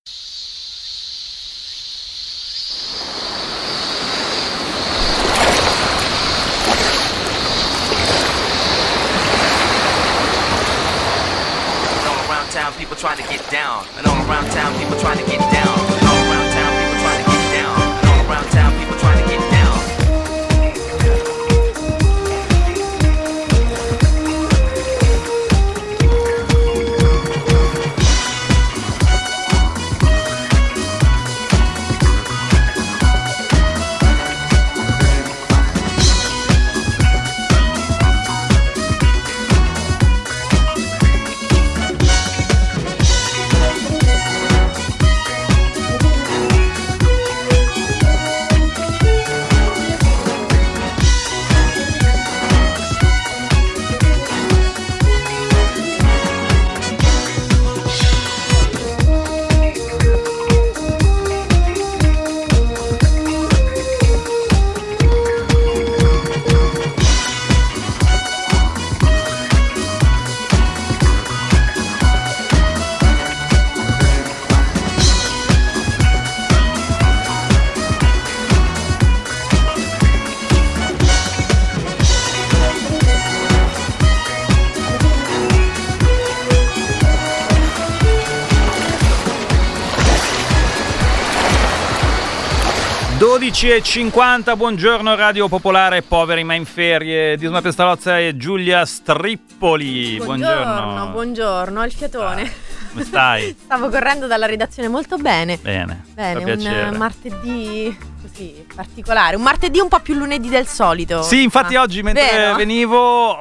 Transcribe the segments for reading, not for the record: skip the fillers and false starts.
People trying to get down, and all around town people trying to get down, and all around town people trying to get down, and all around town people trying to get down. E 50, buongiorno Radio Popolare, poveri ma in ferie. Disma Pestalozza e Giulia Strippoli. Buongiorno, al fiatone. Come stai? Stavo correndo dalla redazione, molto bene. Bene, un martedì così particolare, un martedì un po' più lunedì del solito. Sì, infatti oggi mentre venivo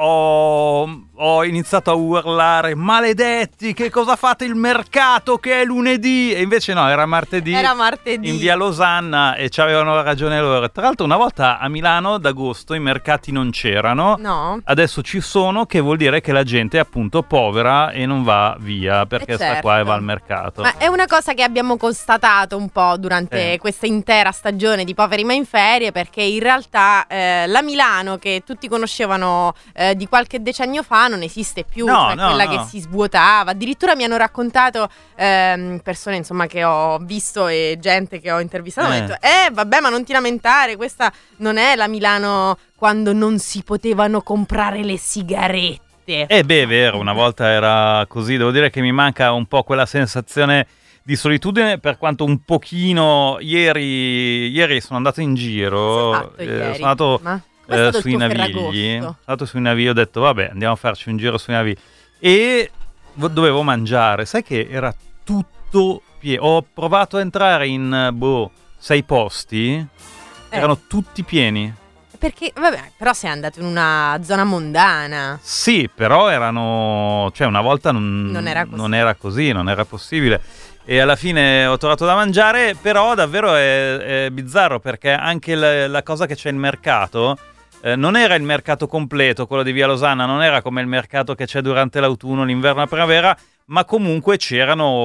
ho iniziato a urlare: maledetti, che cosa fate il mercato che è lunedì? E invece no, era martedì in via Losanna e ci avevano ragione loro. Tra l'altro una volta a Milano d'agosto i mercati non c'erano, no. Adesso ci sono, che vuol dire che la gente è appunto povera e non va via perché sta qua e va al mercato. Ma è una cosa che abbiamo constatato un po' durante questa intera stagione di poveri ma in ferie, perché in realtà la Milano che tutti conoscevano di qualche decennio fa non esiste più, quella che si svuotava. Addirittura mi hanno raccontato persone insomma che ho visto e gente che ho intervistato, mi hanno detto vabbè, ma non ti lamentare, questa non è la Milano quando non si potevano comprare le sigarette. È vero, una volta era così. Devo dire che mi manca un po' quella sensazione di solitudine, per quanto un pochino ieri sono andato in giro, sono andato sui Navigli, ho detto vabbè, andiamo a farci un giro sui Navigli e dovevo mangiare, sai che era tutto pieno. Ho provato a entrare in 6 posti, erano tutti pieni. Perché, vabbè, però sei andato in una zona mondana. Sì, però una volta non era così, non era possibile. E alla fine ho trovato da mangiare, però davvero è bizzarro, perché anche la cosa che c'è in mercato non era il mercato completo, quello di via Losanna, non era come il mercato che c'è durante l'autunno, l'inverno e la primavera, ma comunque c'erano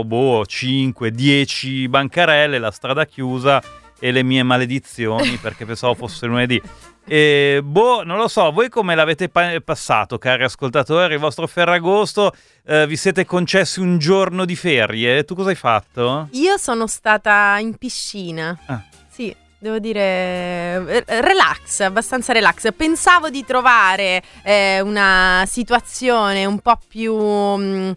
5-10 bancarelle, la strada chiusa e le mie maledizioni perché pensavo fosse lunedì. E non lo so, voi come l'avete passato, cari ascoltatori, il vostro Ferragosto? Vi siete concessi un giorno di ferie? Tu cosa hai fatto? Io sono stata in piscina. Sì, devo dire relax, abbastanza relax. Pensavo di trovare una situazione un po' più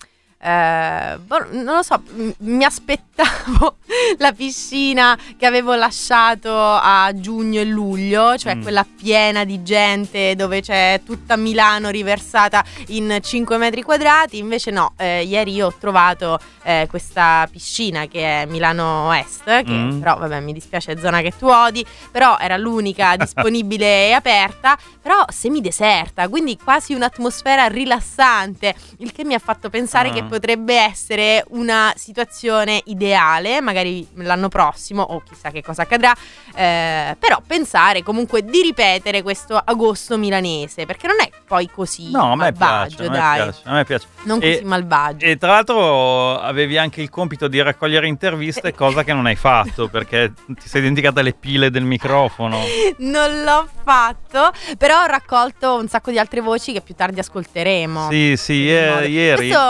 non lo so, mi aspettavo la piscina che avevo lasciato a giugno e luglio, cioè quella piena di gente dove c'è tutta Milano riversata in 5 metri quadrati. Invece no, ieri io ho trovato questa piscina che è Milano Est, che però vabbè, mi dispiace, è zona che tu odi, però era l'unica disponibile e aperta, però semideserta, quindi quasi un'atmosfera rilassante, il che mi ha fatto pensare che potrebbe essere una situazione ideale, magari l'anno prossimo o chissà che cosa accadrà, però pensare comunque di ripetere questo agosto milanese, perché non è poi così malvagio, a me piace. Non così malvagio. E tra l'altro avevi anche il compito di raccogliere interviste, cosa che non hai fatto perché ti sei dimenticata le pile del microfono. Non l'ho fatto, però ho raccolto un sacco di altre voci che più tardi ascolteremo. Sì, ieri. Questo è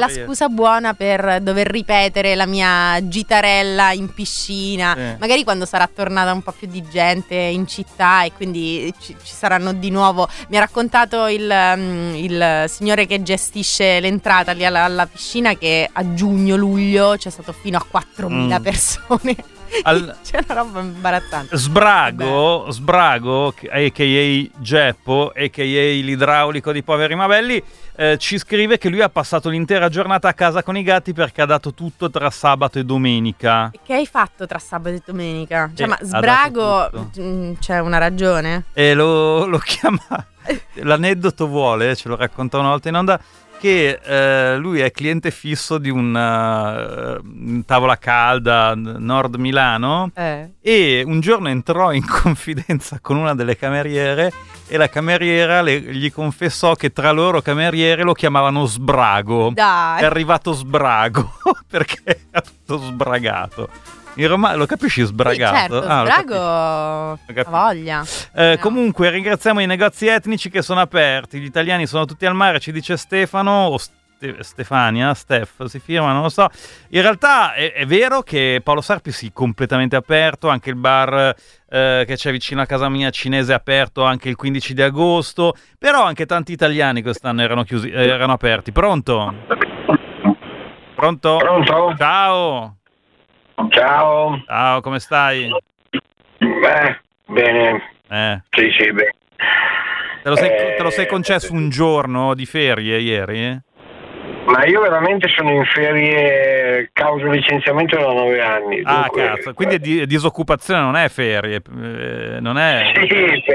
la scusa buona per dover ripetere la mia gitarella in piscina, magari quando sarà tornata un po' più di gente in città e quindi ci saranno di nuovo. Mi ha raccontato il signore che gestisce l'entrata lì alla piscina che a giugno-luglio c'è stato fino a 4.000 persone. C'è una roba imbarazzante. Sbrago, a.k.a. Geppo, a.k.a. l'idraulico di Poveri Mabelli, ci scrive che lui ha passato l'intera giornata a casa con i gatti perché ha dato tutto tra sabato e domenica. Che hai fatto tra sabato e domenica? Cioè, ma Sbrago c'è una ragione? E lo chiama. L'aneddoto vuole, ce lo racconta una volta in onda, che lui è cliente fisso di un tavola calda Nord Milano e un giorno entrò in confidenza con una delle cameriere e la cameriera gli confessò che tra loro cameriere lo chiamavano Sbrago. Dai. È arrivato Sbrago perché era tutto sbragato. In Roma lo capisci sbragato? Sì, certo, sbrago ha voglia. Comunque ringraziamo i negozi etnici che sono aperti, gli italiani sono tutti al mare, ci dice Stefano o Stefania, Steph, si firma, non lo so. In realtà è vero che Paolo Sarpi è completamente aperto, anche il bar che c'è vicino a casa mia cinese è aperto anche il 15 di agosto, però anche tanti italiani quest'anno erano chiusi, erano aperti. Pronto? Pronto? Pronto? Ciao! Ciao, come stai? Bene. Sì, bene. Te lo sei concesso un giorno di ferie ieri? Ma io veramente sono in ferie causa licenziamento da 9 anni. Dunque, cazzo, quindi è disoccupazione, non è ferie, non è... Sì,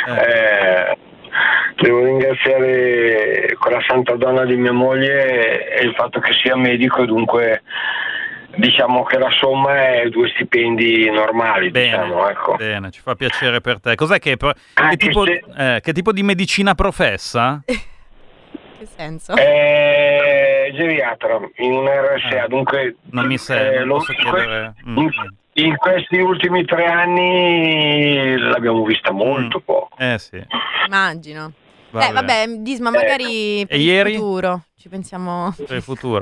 devo ringraziare quella santa donna di mia moglie e il fatto che sia medico, dunque diciamo che la somma è 2 stipendi normali. Bene, diciamo, ecco. Bene, ci fa piacere per te. Cos'è che tipo di medicina professa? Che senso? Geriatra in un RSA, dunque non mi serve, non posso chiedere. In questi ultimi 3 anni l'abbiamo vista molto poco. Sì. Immagino. Vabbè, Disma, magari per il futuro ci pensiamo. Per il futuro.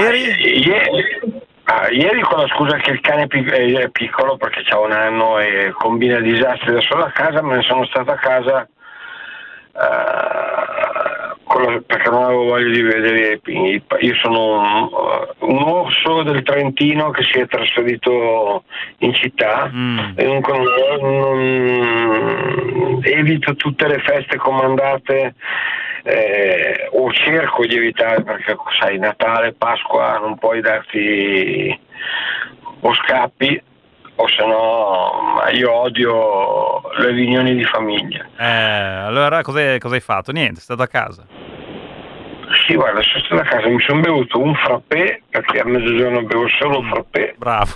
Ieri con la scusa che il cane è piccolo perché c'ha 1 anno e combina disastri da solo a casa, me ne sono stato a casa perché non avevo voglia di vedere. Io sono un orso del Trentino che si è trasferito in città e dunque non evito tutte le feste comandate, o cerco di evitare, perché sai, Natale, Pasqua non puoi darti o scappi o se no io odio le riunioni di famiglia. Allora cosa hai fatto? Niente, sei stato a casa? Sì, guarda, sono stato a casa, mi sono bevuto un frappè perché a mezzogiorno bevo solo un frappè. Bravo.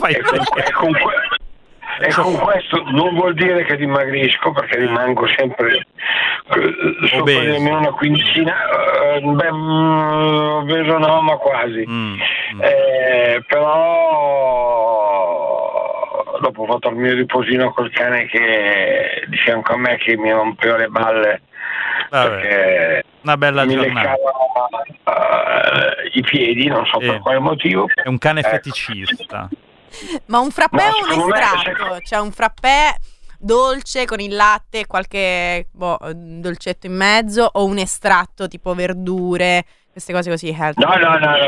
E con questo non vuol dire che dimagrisco, perché rimango sempre sopra nemmeno una quindicina, obeso no, ma quasi. Però dopo ho fatto il mio riposino col cane che di fianco a me che mi rompeva le balle. Perché una bella mi giornata. Leccava i piedi, non so per quale motivo. È un cane feticista. Ma un frappè o un estratto? Cioè un frappè dolce con il latte e qualche dolcetto in mezzo, o un estratto tipo verdure, queste cose così healthy? No.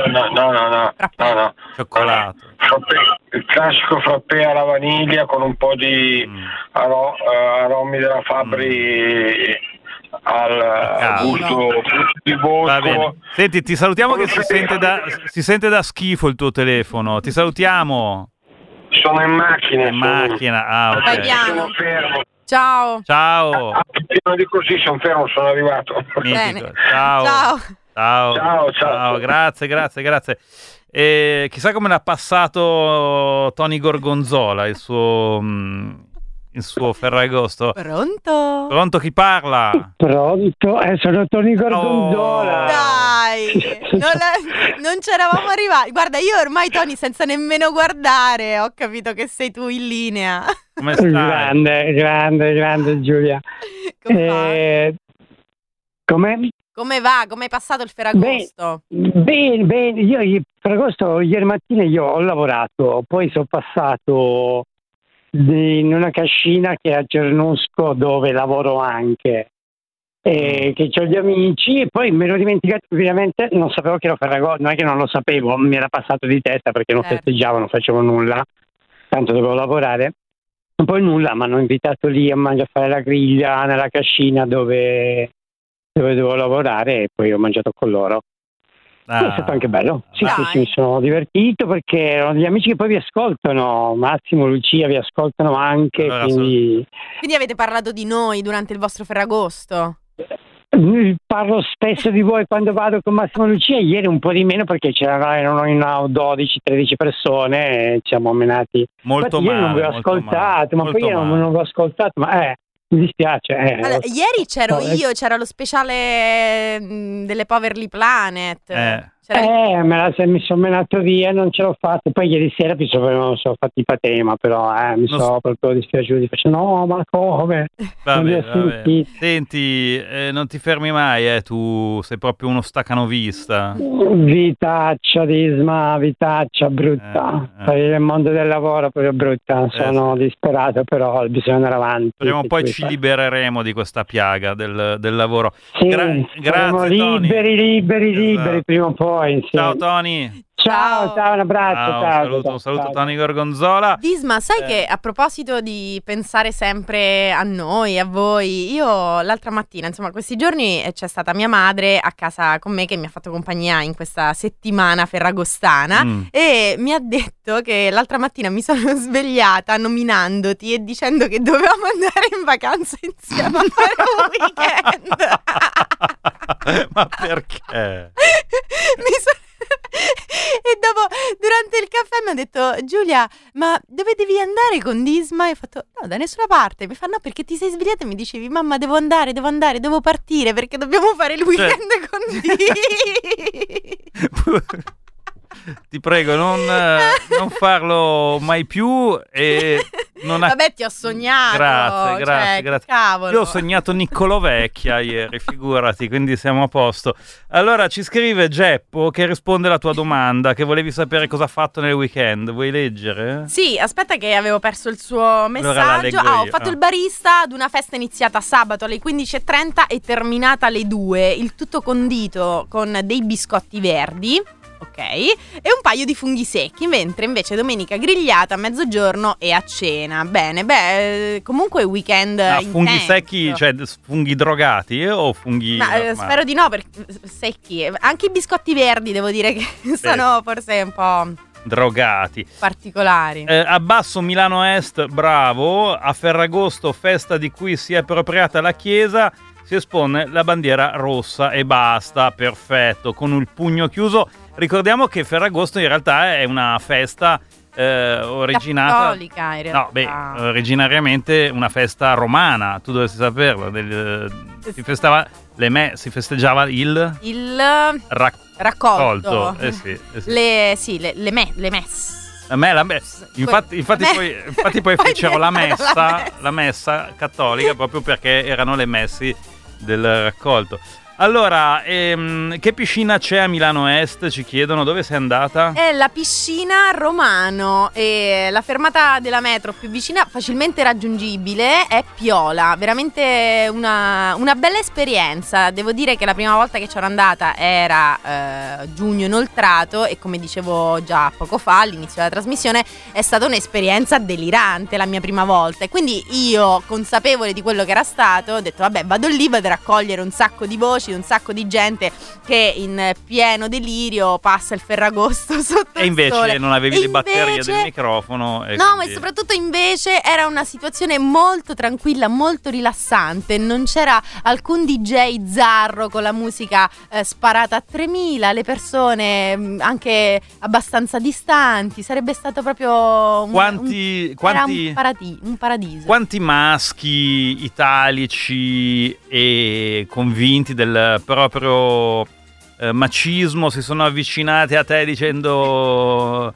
Cioccolato. Il classico frappè alla vaniglia con un po' di aromi della Fabri al gusto di bosco. Senti, ti salutiamo che si sente da schifo il tuo telefono. Ti salutiamo. Sono in macchina. Ok. Vai piano. Sono fermo. Ciao. Prima di così sono fermo, sono arrivato. Bene. Ciao. Grazie. E chissà come l'ha passato Tony Gorgonzola, il suo Ferragosto. Pronto, chi parla? Pronto, sono Tony Gorgonzola. Dai, non c'eravamo arrivati. Guarda, io ormai Tony senza nemmeno guardare ho capito che sei tu in linea. Come stai? Grande Giulia. Come Come va? Come hai passato il Ferragosto? Bene. Io il Ferragosto ieri mattina ho lavorato, poi sono passato in una cascina che è a Cernusco dove lavoro anche, che ho gli amici, e poi mi ero dimenticato, ovviamente non sapevo che era Ferragosto, non è che non lo sapevo, mi era passato di testa perché non festeggiavo, non facevo nulla, tanto dovevo lavorare. Poi nulla, mi hanno invitato lì a mangiare, a fare la griglia nella cascina dove dovevo lavorare, e poi ho mangiato con loro. È stato anche bello. Sì, mi sono divertito perché erano degli amici che poi vi ascoltano. Massimo, Lucia vi ascoltano anche. Allora, quindi avete parlato di noi durante il vostro Ferragosto? Parlo spesso di voi quando vado con Massimo e Lucia. Ieri un po' di meno perché erano in 12-13 persone e ci siamo menati. Molto male. Io non vi ho ascoltato, ma poi io non vi ho ascoltato, ma mi dispiace. Allora, ieri c'ero io, c'era lo speciale delle Poverly Planet. Mi sono menato via, non ce l'ho fatto. Poi ieri sera mi sono fatti patema, però mi sono proprio dispiaciuto. Faccio no, ma come? Vabbè. Senti, non ti fermi mai, tu sei proprio uno staccanovista. Vitaccia brutta. Per il mondo del lavoro proprio brutta. Sono disperato, però bisogna andare avanti. Prima o poi ci libereremo di questa piaga del lavoro. Sì, grazie, liberi prima o poi. Sì. Ciao Tony. Ciao, un abbraccio. Un saluto Tony Gorgonzola. Disma, sai che a proposito di pensare sempre a noi, a voi, io l'altra mattina, insomma questi giorni c'è stata mia madre a casa con me che mi ha fatto compagnia in questa settimana ferragostana e mi ha detto che l'altra mattina mi sono svegliata nominandoti e dicendo che dovevamo andare in vacanza insieme a fare un weekend. Ma perché? E dopo, durante il caffè mi ha detto: Giulia, ma dove devi andare con Disma? E ho fatto: no, da nessuna parte. Mi fa: no, perché ti sei svegliata e mi dicevi: mamma, devo partire perché dobbiamo fare il weekend con Disma. Ti prego, non farlo mai più. Vabbè, ti ho sognato. Grazie. Cavolo. Io ho sognato Niccolò Vecchia ieri, figurati, quindi siamo a posto. Allora ci scrive Geppo che risponde alla tua domanda, che volevi sapere cosa ha fatto nel weekend. Vuoi leggere? Sì, aspetta che avevo perso il suo messaggio. Ho fatto il barista ad una festa iniziata sabato alle 15:30 e terminata alle 2. Il tutto condito con dei biscotti verdi. Ok, e un paio di funghi secchi, mentre invece domenica grigliata a mezzogiorno e a cena. Bene, comunque weekend intenso. Funghi secchi, cioè funghi drogati o funghi... spero di no, perché secchi. Anche i biscotti verdi devo dire che sono forse un po' drogati, particolari. A Basso Milano Est, bravo. A Ferragosto, festa di cui si è appropriata la chiesa, si espone la bandiera rossa e basta, perfetto, con il pugno chiuso. Ricordiamo che Ferragosto in realtà è una festa originata... cattolica, in realtà. No, originariamente una festa romana, tu dovresti saperlo. Si festeggiava il raccolto. Sì. Le messe. Infatti poi fecero la messa cattolica proprio perché erano le messi del raccolto. Allora, che piscina c'è a Milano Est? Ci chiedono. Dove sei andata? È la piscina Romano e la fermata della metro più vicina, facilmente raggiungibile, è Piola. Veramente una bella esperienza. Devo dire che la prima volta che c'ero andata era giugno inoltrato e, come dicevo già poco fa all'inizio della trasmissione, è stata un'esperienza delirante la mia prima volta. E quindi io, consapevole di quello che era stato, ho detto vabbè, vado lì, vado a raccogliere un sacco di voci, un sacco di gente che in pieno delirio passa il Ferragosto sotto e invece il sole. Non avevi le batterie del microfono ma soprattutto invece era una situazione molto tranquilla, molto rilassante. Non c'era alcun DJ zarro con la musica sparata a 3000, le persone anche abbastanza distanti. Sarebbe stato proprio un paradiso. Quanti maschi italici e convinti del proprio macismo si sono avvicinati a te dicendo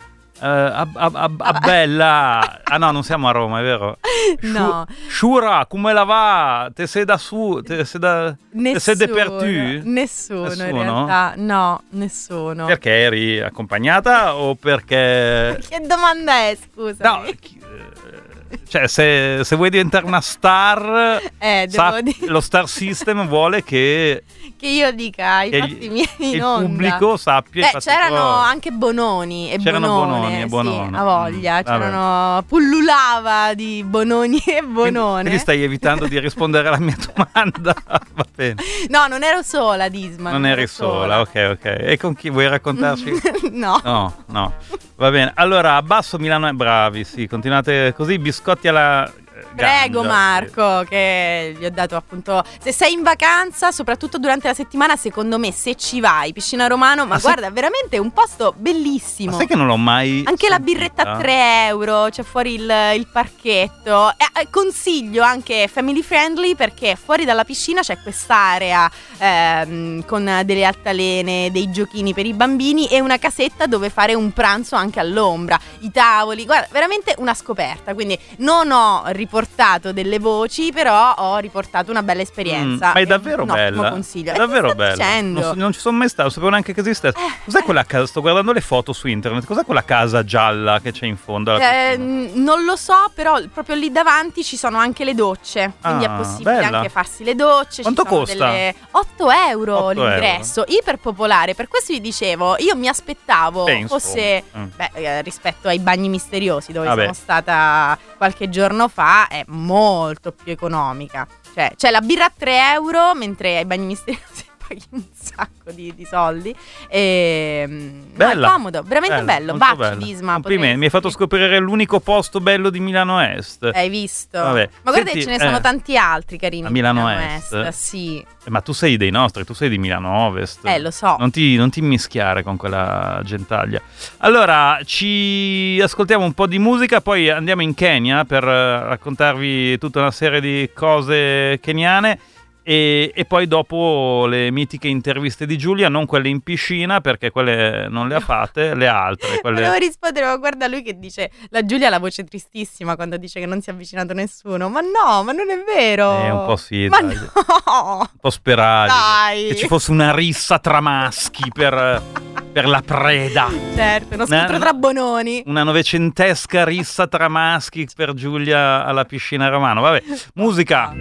Bella. Ah no, non siamo a Roma, è vero? No. Shura, come la va? Te sei da su? Te sei per tu? Nessuno in realtà. No, nessuno. Perché eri accompagnata o perché... Che domanda è, scusa? No, cioè se vuoi diventare una star, lo Star System vuole che io dica i fatti miei in onda. Il pubblico sappia. C'erano anche Bononi e Bonone. Sì, a voglia. Pullulava di Bononi e Bonone. Quindi stai evitando di rispondere alla mia domanda. Va bene. No, non ero sola, Disma. Non eri sola, ok. E con chi vuoi raccontarci? No. Va bene. Allora, abbasso Milano, bravi, sì, continuate così, biscotti alla... Prego Gangia. Marco, che gli ho dato appunto. Se sei in vacanza, soprattutto durante la settimana, secondo me se ci vai, Piscina Romano, ma guarda, veramente è un posto bellissimo. Ma sai che non l'ho mai anche sentita? La birretta a 3 euro, c'è fuori il parchetto. Consiglio anche family friendly, perché fuori dalla piscina c'è quest'area con delle altalene, dei giochini per i bambini e una casetta dove fare un pranzo anche all'ombra. I tavoli, guarda, veramente una scoperta. Quindi non ho riportato delle voci, però ho riportato una bella esperienza. Ma è davvero bella. Consiglio. È davvero bella. Non ci sono mai stato, sapevo neanche che esistesse. Cos'è quella casa? Sto guardando le foto su internet. Cos'è quella casa gialla che c'è in fondo? Non lo so, però proprio lì davanti ci sono anche le docce. Quindi è possibile anche farsi le docce. Quanto costa? 8 euro l'ingresso, iper popolare. Per questo vi dicevo, io mi aspettavo fosse rispetto ai bagni misteriosi dove sono stata qualche giorno fa, è molto più economica. Cioè c'è la birra a 3 euro, mentre ai bagni misteriosi paghi un sacco di soldi. Bella, è comodo, veramente bello. Baci, Disma. Complimenti, mi hai fatto scoprire l'unico posto bello di Milano Est. Hai visto? Vabbè. Ma guarda, ce ne sono tanti altri carini. A Milano Est? Sì. Ma tu sei dei nostri, tu sei di Milano Ovest. Lo so. Non ti mischiare con quella gentaglia. Allora, ci ascoltiamo un po' di musica, poi andiamo in Kenya per raccontarvi tutta una serie di cose keniane. E poi dopo le mitiche interviste di Giulia, non quelle in piscina perché quelle non le ha fatte, le altre volevo rispondere, ma guarda lui che dice, la Giulia ha la voce tristissima quando dice che non si è avvicinato nessuno. Ma no, ma non è vero. Un po' sì, ma dai. No. Un po' speravi dai. Che ci fosse una rissa tra maschi per la preda. Certo, uno scontro tra Bononi. Una novecentesca rissa tra maschi per Giulia alla Piscina Romano. Vabbè, musica.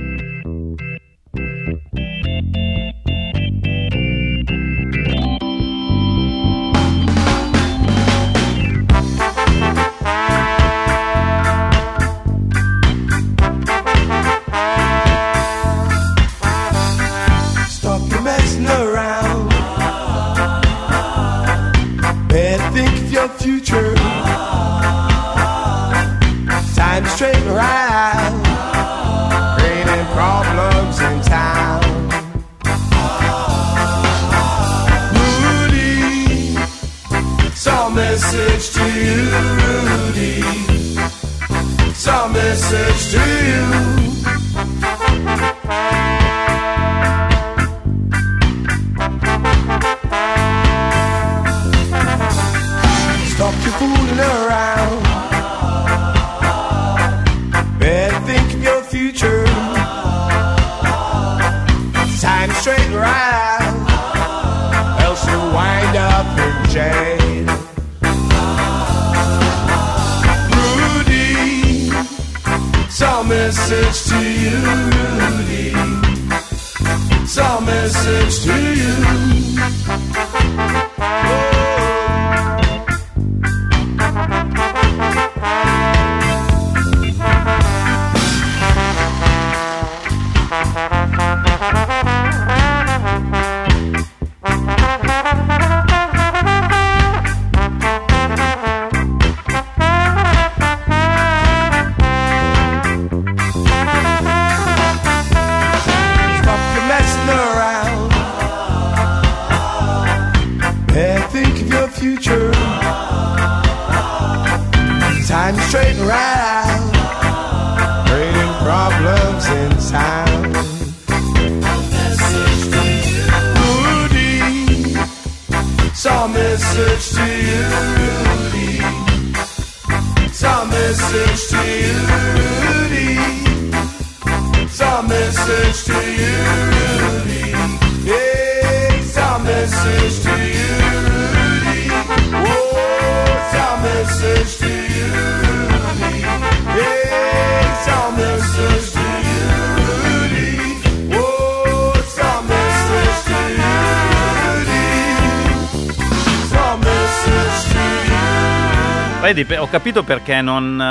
Stop your messing around. Better think of your future. Time to straighten around. Creating problems in town. Rudy, some message to you, Rudy. Some message to you. Stop your fooling around. Better think of your future. Time to straighten around, else you'll wind up in jail. Rudy, some message to you, Rudy. Some message to you. Time to straighten around, creating problems in town. Rudy, some message to you, Rudy. Some message to you, Rudy. Some message to you, Rudy. Hey, some message to you, Rudy. Oh, some message to you, Rudy. Hey, some message to you, Rudy. Oh, some message to you, Rudy. Some message to you. Vedi, ho capito perché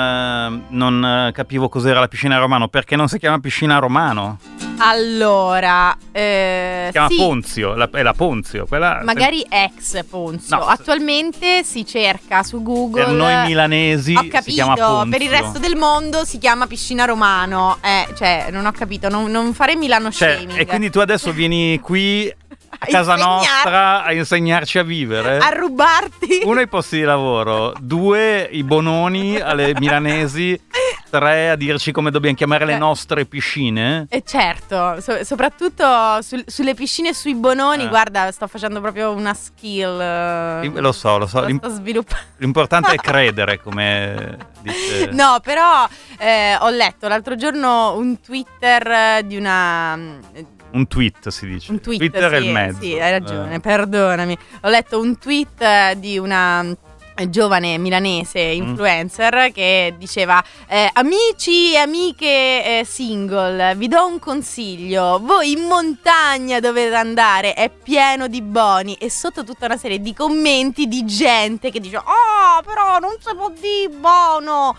non capivo cos'era la piscina Romano, perché non si chiama piscina Romano. Allora, si chiama sì. Ponzio, è la Ponzio, quella Magari ex Ponzio. No, attualmente si cerca su Google. per noi milanesi Ho capito, si chiama Ponzio. per il resto del mondo si chiama piscina Romano. Cioè, non ho capito, non fare Milano shaming. E quindi tu adesso vieni qui a casa nostra a insegnarci a vivere, a rubarti. 1 i posti di lavoro, 2 i bononi alle milanesi, 3 a dirci come dobbiamo chiamare le nostre piscine. E certo, soprattutto sulle piscine e sui bononi, guarda, sto facendo proprio una skill. Lo so. Sto sviluppando. L'importante è credere, come dice. No, però ho letto l'altro giorno un Twitter di una... Un tweet si dice. Un tweet, Twitter sì, è il mezzo. Sì, hai ragione, perdonami. Ho letto un tweet di una giovane milanese influencer che diceva: amici e amiche single, vi do un consiglio, voi in montagna dovete andare, è pieno di boni. E sotto tutta una serie di commenti di gente che dice: però non si può dire bono,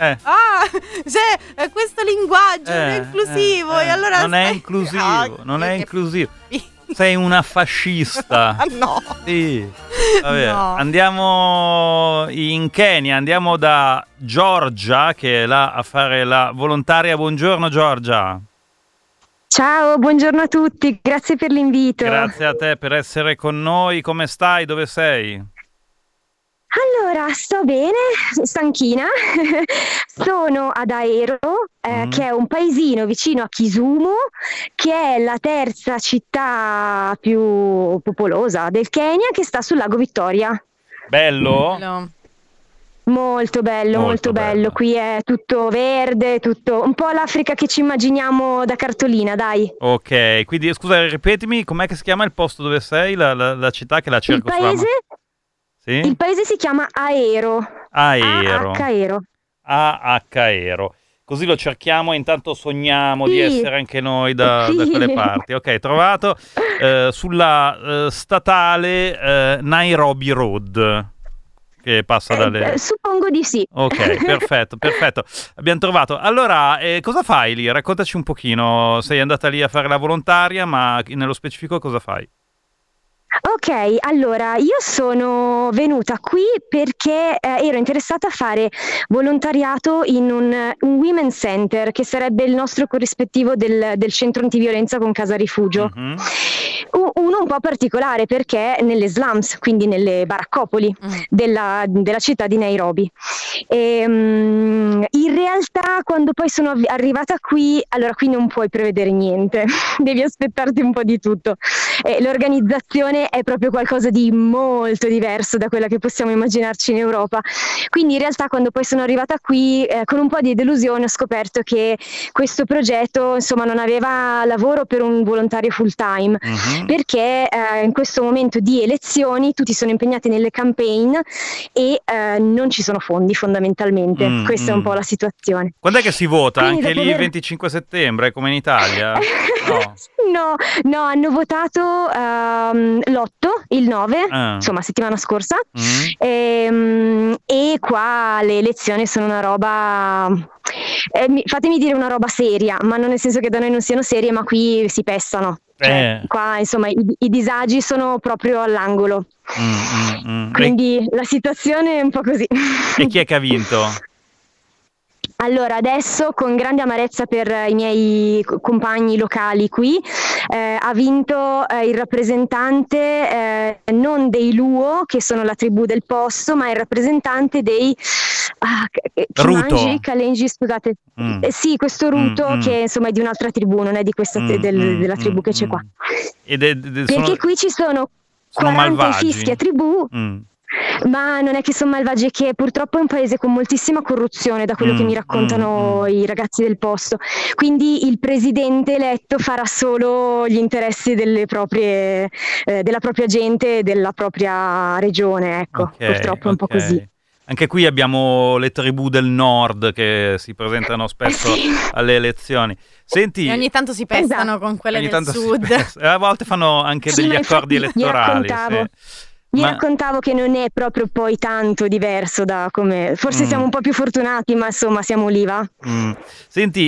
se questo linguaggio non è inclusivo, e allora non è inclusivo, non è inclusivo. Sei una fascista. No. Sì. Vabbè, No. Andiamo in Kenya, andiamo da Giorgia che è là a fare la volontaria. Buongiorno Giorgia. Ciao, buongiorno a tutti, grazie per l'invito. Grazie a te per essere con noi. Come stai? Dove sei? Allora, sto bene, stanchina. Sono ad Ahero, che è un paesino vicino a Kisumu, che è la terza città più popolosa del Kenya, che sta sul lago Vittoria. Bello? Molto bello, molto bello. Qui è tutto verde, tutto un po' l'Africa che ci immaginiamo da cartolina, dai. Ok, quindi scusa, ripetimi, com'è che si chiama il posto dove sei, la città che la cerco? Sì? Il paese si chiama Ahero. Ahero. Ahero. Così lo cerchiamo e intanto sogniamo di essere anche noi da quelle parti. Ok, trovato sulla statale Nairobi Road, che passa dalle... Suppongo di sì. Ok, perfetto. Abbiamo trovato. Allora, cosa fai lì? Raccontaci un pochino. Sei andata lì a fare la volontaria, ma nello specifico cosa fai? Ok, allora io sono venuta qui perché ero interessata a fare volontariato in un women's center, che sarebbe il nostro corrispettivo del centro antiviolenza con casa rifugio. Mm-hmm. Uno un po' particolare perché è nelle slums, quindi nelle baraccopoli della città di Nairobi. In realtà quando poi sono arrivata qui, allora qui non puoi prevedere niente, devi aspettarti un po' di tutto. L'organizzazione è proprio qualcosa di molto diverso da quella che possiamo immaginarci in Europa. Quindi in realtà quando poi sono arrivata qui, con un po' di delusione ho scoperto che questo progetto insomma non aveva lavoro per un volontario full time, perché in questo momento di elezioni tutti sono impegnati nelle campaign e non ci sono fondi fondamentalmente. Questa è un po' la situazione. Quando è che si vota? Quindi anche lì il 25 settembre come in Italia? No, hanno votato l'8, il 9, insomma settimana scorsa, e qua le elezioni sono una roba, fatemi dire una roba seria, ma non nel senso che da noi non siano serie, ma qui si pestano. Cioè, qua insomma i disagi sono proprio all'angolo. Quindi la situazione è un po' così. E chi è che ha vinto? Allora, adesso con grande amarezza per i miei compagni locali qui, ha vinto il rappresentante non dei Luo, che sono la tribù del posto, ma il rappresentante dei Kalenji, scusate. Sì, questo Ruto che insomma è di un'altra tribù, non è di questa della tribù che c'è qua. Perché qui ci sono 40 malvagi. fischi a tribù. Ma non è che sono malvagi, è che purtroppo è un paese con moltissima corruzione, da quello che mi raccontano i ragazzi del posto. Quindi il presidente eletto farà solo gli interessi della propria gente e della propria regione, ecco. Purtroppo è un po' così. Anche qui abbiamo le tribù del nord che si presentano spesso alle elezioni. Senti, e ogni tanto si pestano con quelle del sud. A volte fanno anche degli accordi elettorali. Mi raccontavo che non è proprio poi tanto diverso da come... Forse siamo un po' più fortunati, ma insomma siamo lì, va? Senti,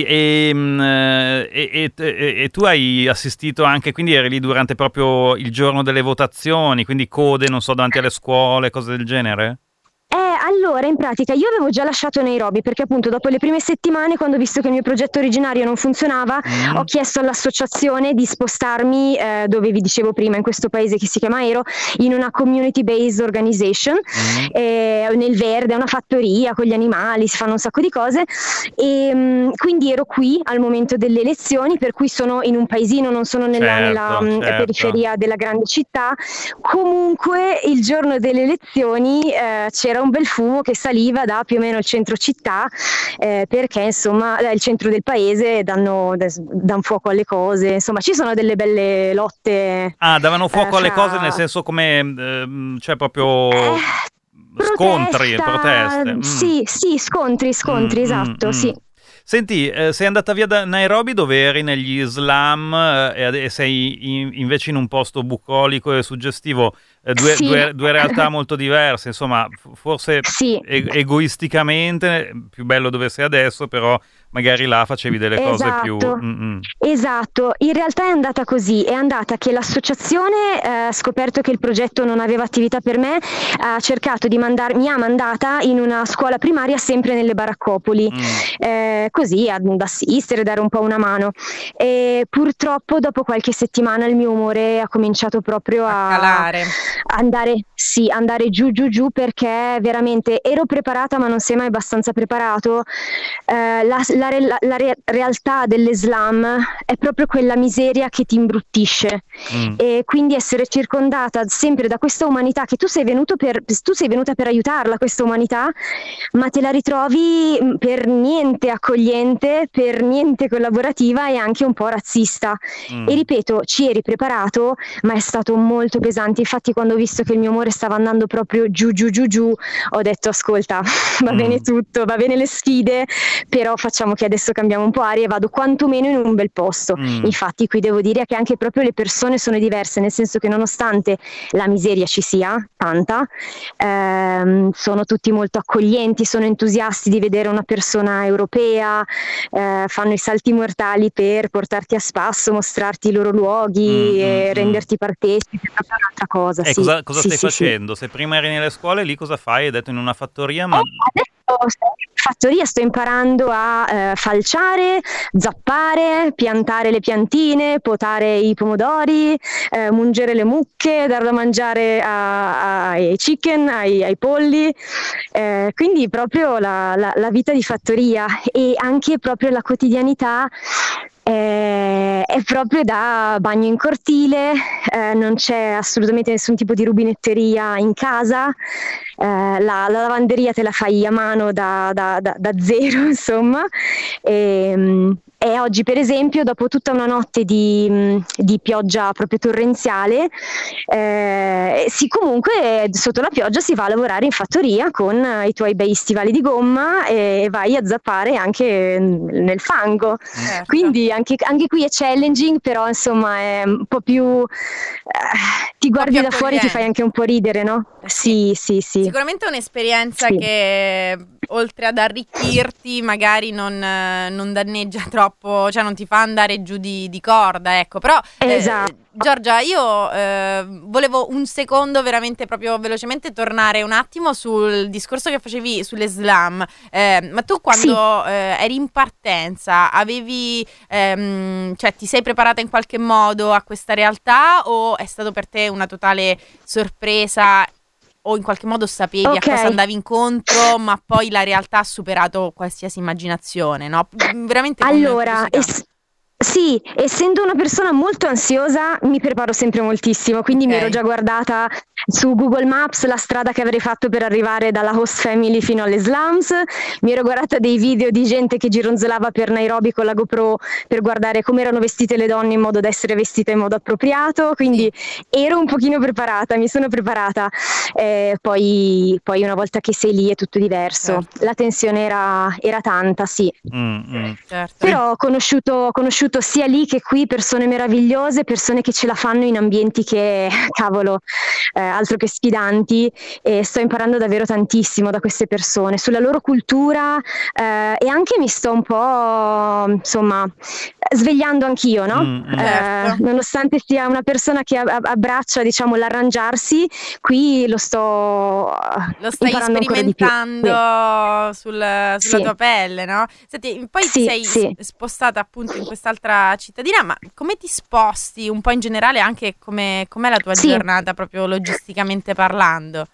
e tu hai assistito anche, quindi eri lì durante proprio il giorno delle votazioni, quindi code, non so, davanti alle scuole, cose del genere? Allora, in pratica io avevo già lasciato Nairobi perché appunto dopo le prime settimane, quando ho visto che il mio progetto originario non funzionava, ho chiesto all'associazione di spostarmi dove vi dicevo prima, in questo paese che si chiama Aero, in una community based organization, nel verde, una fattoria con gli animali, si fanno un sacco di cose, e quindi ero qui al momento delle elezioni, per cui sono in un paesino, non sono nella periferia della grande città. Comunque il giorno delle elezioni c'era un bel fumo che saliva da più o meno il centro città, perché insomma il centro del paese danno fuoco alle cose, insomma ci sono delle belle lotte. Davano fuoco alle cose nel senso come cioè proprio scontri, proteste. Sì, scontri, esatto, sì. Senti, sei andata via da Nairobi dove eri negli slum e sei invece in un posto bucolico e suggestivo, due realtà molto diverse, insomma, forse egoisticamente più bello dove sei adesso, però magari là facevi delle cose più... Esatto, in realtà è andata così, è andata che l'associazione ha scoperto che il progetto non aveva attività per me, ha cercato di mi ha mandata in una scuola primaria sempre nelle baraccopoli, così ad assistere, dare un po' una mano, e purtroppo dopo qualche settimana il mio umore ha cominciato proprio a calare, andare giù, perché veramente ero preparata ma non sei mai abbastanza preparato. La realtà delle slum è proprio quella miseria che ti imbruttisce, e quindi essere circondata sempre da questa umanità che tu sei venuta per aiutarla, questa umanità, ma te la ritrovi per niente accogliente, per niente collaborativa e anche un po' razzista. E ripeto, ci eri preparato, ma è stato molto pesante. Infatti quando ho visto che il mio umore stava andando proprio giù, ho detto ascolta, va bene tutto, va bene le sfide, però facciamo che adesso cambiamo un po' aria e vado quantomeno in un bel posto. Infatti qui devo dire che anche proprio le persone sono diverse, nel senso che nonostante la miseria ci sia tanta, sono tutti molto accoglienti, sono entusiasti di vedere una persona europea, fanno i salti mortali per portarti a spasso, mostrarti i loro luoghi e renderti partecipi, è proprio un'altra cosa. Cosa stai facendo? Se prima eri nelle scuole, lì cosa fai? Hai detto in una fattoria, ma... Adesso in fattoria sto imparando a falciare, zappare, piantare le piantine, potare i pomodori, mungere le mucche, dar da mangiare ai chicken, ai polli, quindi proprio la vita di fattoria e anche proprio la quotidianità. È proprio da bagno in cortile, non c'è assolutamente nessun tipo di rubinetteria in casa, la lavanderia te la fai a mano da zero, insomma. E oggi per esempio, dopo tutta una notte di pioggia proprio torrenziale, comunque sotto la pioggia si va a lavorare in fattoria con i tuoi bei stivali di gomma e vai a zappare anche nel fango. Quindi anche qui è challenging, però insomma è un po' più ti guardi da fuori e ti fai anche un po' ridere, no? Sì. Sicuramente è un'esperienza che oltre ad arricchirti magari non danneggia troppo, cioè non ti fa andare giù di corda, ecco. Però esatto. Giorgia, io volevo un secondo veramente proprio velocemente tornare un attimo sul discorso che facevi sulle slum, ma tu quando eri in partenza avevi cioè ti sei preparata in qualche modo a questa realtà o è stato per te una totale sorpresa o in qualche modo sapevi a cosa andavi incontro, ma poi la realtà ha superato qualsiasi immaginazione, no? Veramente allora Sì, essendo una persona molto ansiosa mi preparo sempre moltissimo, quindi mi ero già guardata su Google Maps la strada che avrei fatto per arrivare dalla host family fino alle slums, mi ero guardata dei video di gente che gironzolava per Nairobi con la GoPro per guardare come erano vestite le donne in modo da essere vestite in modo appropriato, quindi ero un pochino preparata, mi sono preparata. Poi una volta che sei lì è tutto diverso, la tensione era tanta, sì. Certo. Però ho conosciuto sia lì che qui persone meravigliose, persone che ce la fanno in ambienti che, cavolo, altro che sfidanti, e sto imparando davvero tantissimo da queste persone, sulla loro cultura, e anche mi sto un po', insomma, svegliando anch'io, no? Certo. Nonostante sia una persona che abbraccia, diciamo, l'arrangiarsi, qui lo stai sperimentando sulla tua pelle, no? Senti, poi ti sei spostata appunto in quest'altra cittadina, ma come ti sposti un po' in generale, anche com'è la tua giornata proprio logisticamente parlando?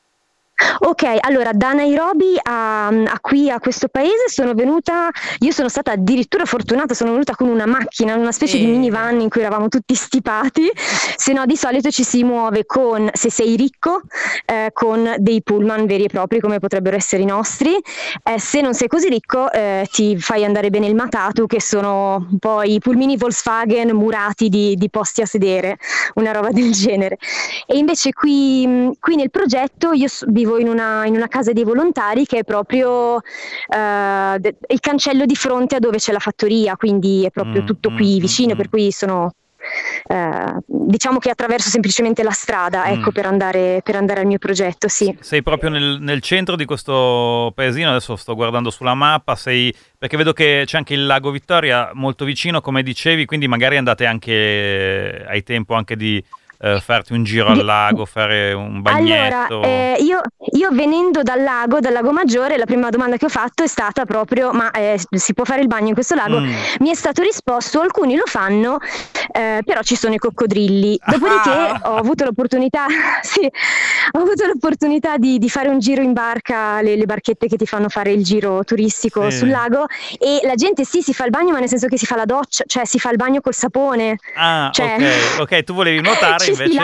Ok, allora da Nairobi a qui, a questo paese, sono venuta, io sono stata addirittura fortunata, sono venuta con una macchina, una specie di minivan in cui eravamo tutti stipati, se no di solito ci si muove con, se sei ricco, con dei pullman veri e propri come potrebbero essere i nostri, se non sei così ricco ti fai andare bene il Matatu, che sono un po' i pulmini Volkswagen murati di posti a sedere, una roba del genere. E invece qui nel progetto io vivo in una casa dei volontari che è proprio il cancello di fronte a dove c'è la fattoria, quindi è proprio tutto qui vicino, per cui sono diciamo che attraverso semplicemente la strada, ecco, per andare al mio progetto. Sì. Sei proprio nel centro di questo paesino, adesso sto guardando sulla mappa, perché vedo che c'è anche il lago Vittoria molto vicino, come dicevi, quindi magari andate anche, hai tempo anche di farti un giro al lago, fare un bagnetto. Allora, io venendo dal lago Maggiore, la prima domanda che ho fatto è stata proprio: ma si può fare il bagno in questo lago? Mi è stato risposto: alcuni lo fanno, però ci sono i coccodrilli. Dopodiché ho avuto l'opportunità di fare un giro in barca, le barchette che ti fanno fare il giro turistico sul lago, e la gente si fa il bagno, ma nel senso che si fa la doccia, cioè si fa il bagno col sapone. Ok, tu volevi nuotare invece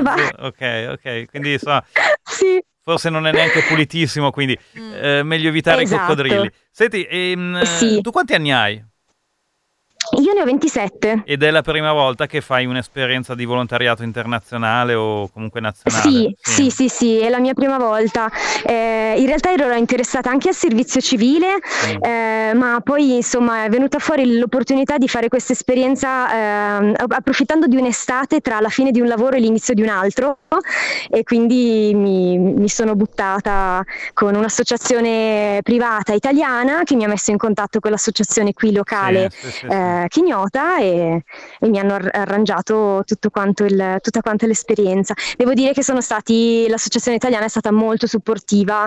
ok, quindi sì. Forse non è neanche pulitissimo, quindi meglio evitare i coccodrilli. Senti, tu quanti anni hai? Io ne ho 27. Ed è la prima volta che fai un'esperienza di volontariato internazionale o comunque nazionale? Sì, è la mia prima volta. In realtà ero interessata anche al servizio civile, ma poi insomma è venuta fuori l'opportunità di fare questa esperienza approfittando di un'estate tra la fine di un lavoro e l'inizio di un altro, e quindi mi sono buttata con un'associazione privata italiana che mi ha messo in contatto con l'associazione qui locale, kenyota, e mi hanno arrangiato tutta quanta l'esperienza. Devo dire che l'associazione italiana è stata molto supportiva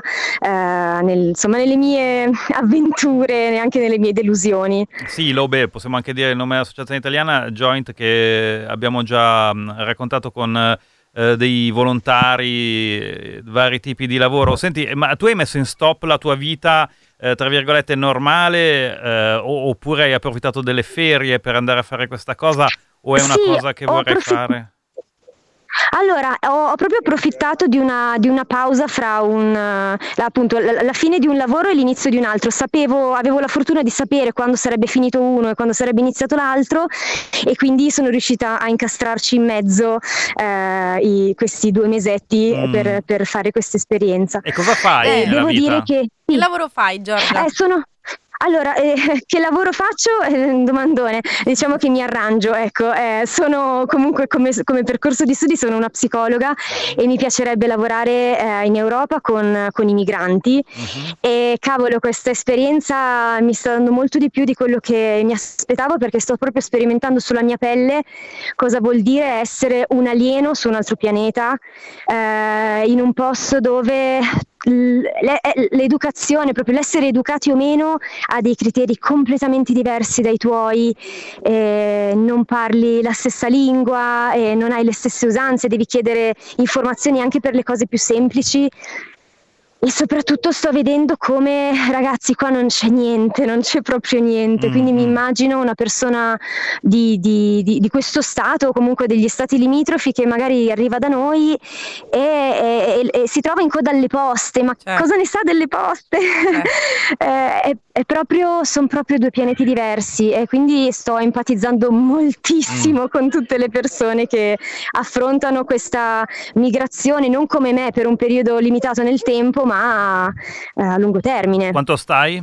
nelle mie avventure e anche nelle mie delusioni. Sì, possiamo anche dire il nome dell'associazione italiana, Joint, che abbiamo già raccontato con dei volontari, vari tipi di lavoro. Senti, ma tu hai messo in stop la tua vita tra virgolette normale, oppure hai approfittato delle ferie per andare a fare questa cosa, o è una cosa che vorrei fare? Allora, ho proprio approfittato di una pausa fra appunto la fine di un lavoro e l'inizio di un altro. Avevo la fortuna di sapere quando sarebbe finito uno e quando sarebbe iniziato l'altro, e quindi sono riuscita a incastrarci in mezzo questi 2 mesetti per fare questa esperienza. E cosa fai nella vita? Che lavoro fai, Giorgia? Allora, che lavoro faccio? Domandone. Diciamo che mi arrangio, ecco. Sono comunque, come percorso di studi, sono una psicologa e mi piacerebbe lavorare in Europa con i migranti. E cavolo, questa esperienza mi sta dando molto di più di quello che mi aspettavo, perché sto proprio sperimentando sulla mia pelle cosa vuol dire essere un alieno su un altro pianeta, in un posto dove l'educazione, proprio l'essere educati o meno, ha dei criteri completamente diversi dai tuoi, non parli la stessa lingua, non hai le stesse usanze, devi chiedere informazioni anche per le cose più semplici. E soprattutto sto vedendo come, ragazzi, qua non c'è niente, non c'è proprio niente, quindi mi immagino una persona di questo stato o comunque degli stati limitrofi che magari arriva da noi e si trova in coda alle poste, ma cosa ne sa delle poste? Sono proprio due pianeti diversi e quindi sto empatizzando moltissimo con tutte le persone che affrontano questa migrazione non come me per un periodo limitato nel tempo, ma a lungo termine. Quanto stai?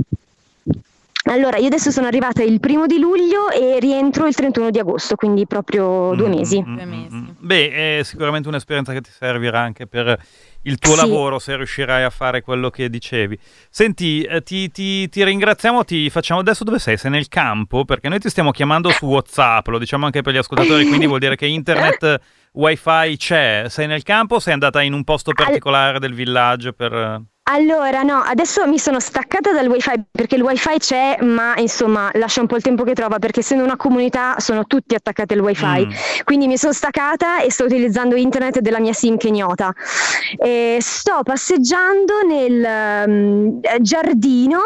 Allora, io adesso sono arrivata il 1° luglio e rientro il 31 di agosto, quindi proprio 2 mesi. 2 mesi. Beh, è sicuramente un'esperienza che ti servirà anche per il tuo lavoro, se riuscirai a fare quello che dicevi. Senti, ti ringraziamo, ti facciamo adesso dove sei? Sei nel campo? Perché noi ti stiamo chiamando su WhatsApp, lo diciamo anche per gli ascoltatori, quindi vuol dire che internet wifi c'è. Sei nel campo o sei andata in un posto particolare del villaggio per... Allora, no, adesso mi sono staccata dal wifi perché il wifi c'è, ma insomma lascia un po' il tempo che trova, perché essendo una comunità sono tutti attaccati al wifi, quindi mi sono staccata e sto utilizzando internet della mia SIM kenyota. Sto passeggiando nel giardino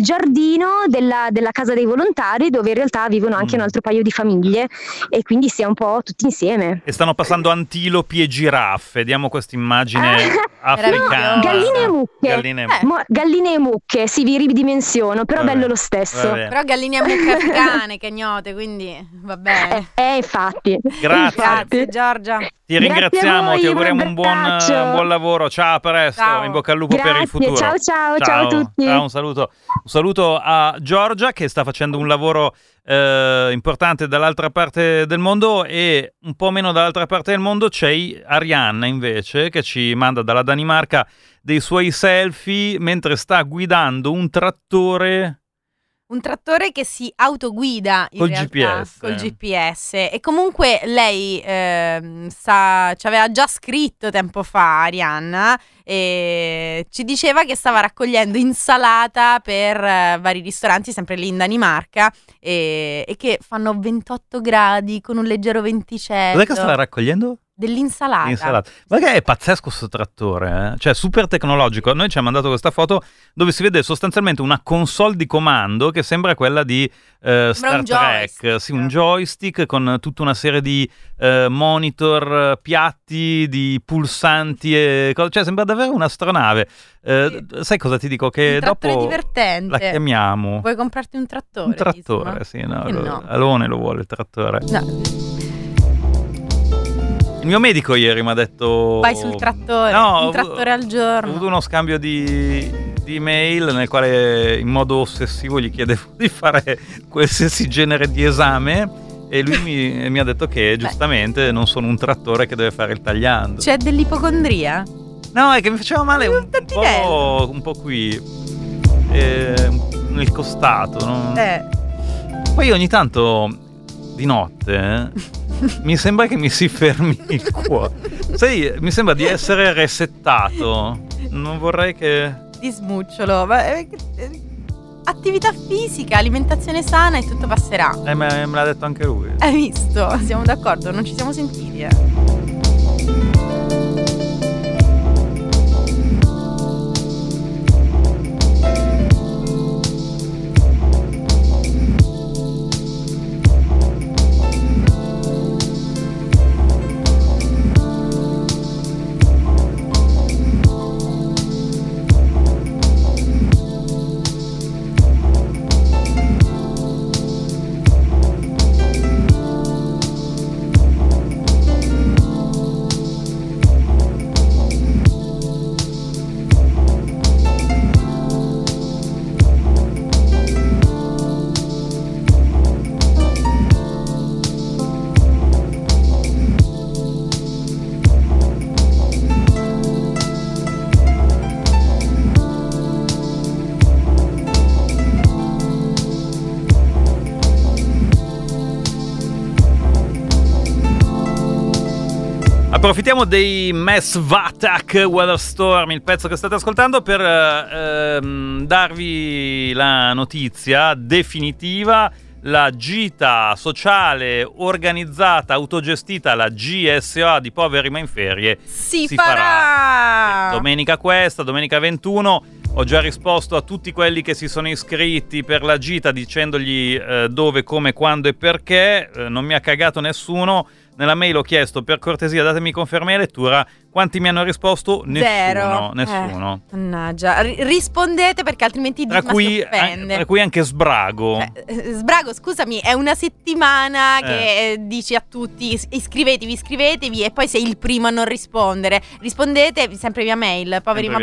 della casa dei volontari, dove in realtà vivono anche un altro paio di famiglie e quindi stiamo un po' tutti insieme. E stanno passando antilopi e giraffe, diamo questa immagine africana. No, galline e mucche. Galline e mucche, sì, vi ridimensiono, però bello lo stesso. Però galline e mucche africane, kegnote, quindi va bene. Infatti. Grazie Giorgia. Ti ringraziamo, ti auguriamo un buon lavoro. Ciao, a presto, in bocca al lupo per il futuro. Ciao a tutti. Ciao, un saluto a Giorgia che sta facendo un lavoro importante dall'altra parte del mondo, e un po' meno dall'altra parte del mondo c'è Arianna invece, che ci manda dalla Danimarca dei suoi selfie mentre sta guidando un trattore che si autoguida in col realtà, GPS. Col GPS. E comunque lei ci aveva già scritto tempo fa, Arianna, e ci diceva che stava raccogliendo insalata per vari ristoranti sempre lì in Danimarca e che fanno 28 gradi con un leggero venticello. Cos'è che stava raccogliendo? Dell'insalata. Ma che è pazzesco questo trattore, cioè super tecnologico. Noi ci ha mandato questa foto dove si vede sostanzialmente una console di comando che sembra quella di Star Trek, sì, un joystick con tutta una serie di monitor, piatti, di pulsanti e cose, cioè sembra davvero un'astronave. Sai cosa ti dico? Che dopo divertente. la chiamiamo. Vuoi comprarti un trattore? Un trattore, sì, no. Alone lo vuole il trattore. No. Il mio medico ieri mi ha detto... Vai sul trattore, un trattore al giorno. Ho avuto uno scambio di email nel quale in modo ossessivo gli chiedevo di fare qualsiasi genere di esame e lui mi ha detto che giustamente non sono un trattore che deve fare il tagliando. C'è dell'ipocondria? No, è che mi faceva male un po' qui, nel costato. No? Poi ogni tanto di notte... mi sembra che mi si fermi il cuore. Sai, mi sembra di essere resettato. Non vorrei che... Ti smucciolo. Attività fisica, alimentazione sana e tutto passerà. Me l'ha detto anche lui. Hai visto? Siamo d'accordo, non ci siamo sentiti, Approfittiamo dei Mass Vatak Weather Storm, il pezzo che state ascoltando, per darvi la notizia definitiva la gita sociale organizzata, autogestita, la GSOA di Poveri ma in Ferie si farà. Domenica 21. Ho già risposto a tutti quelli che si sono iscritti per la gita dicendogli dove, come, quando e perché. Non mi ha cagato nessuno. Nella mail ho chiesto, per cortesia datemi conferma e lettura. Quanti mi hanno risposto? Nessuno. Mannaggia, rispondete perché altrimenti Disma si offende. Tra cui anche Sbrago. Sbrago, scusami, è una settimana che dici a tutti iscrivetevi e poi sei il primo a non rispondere. Rispondete sempre via mail,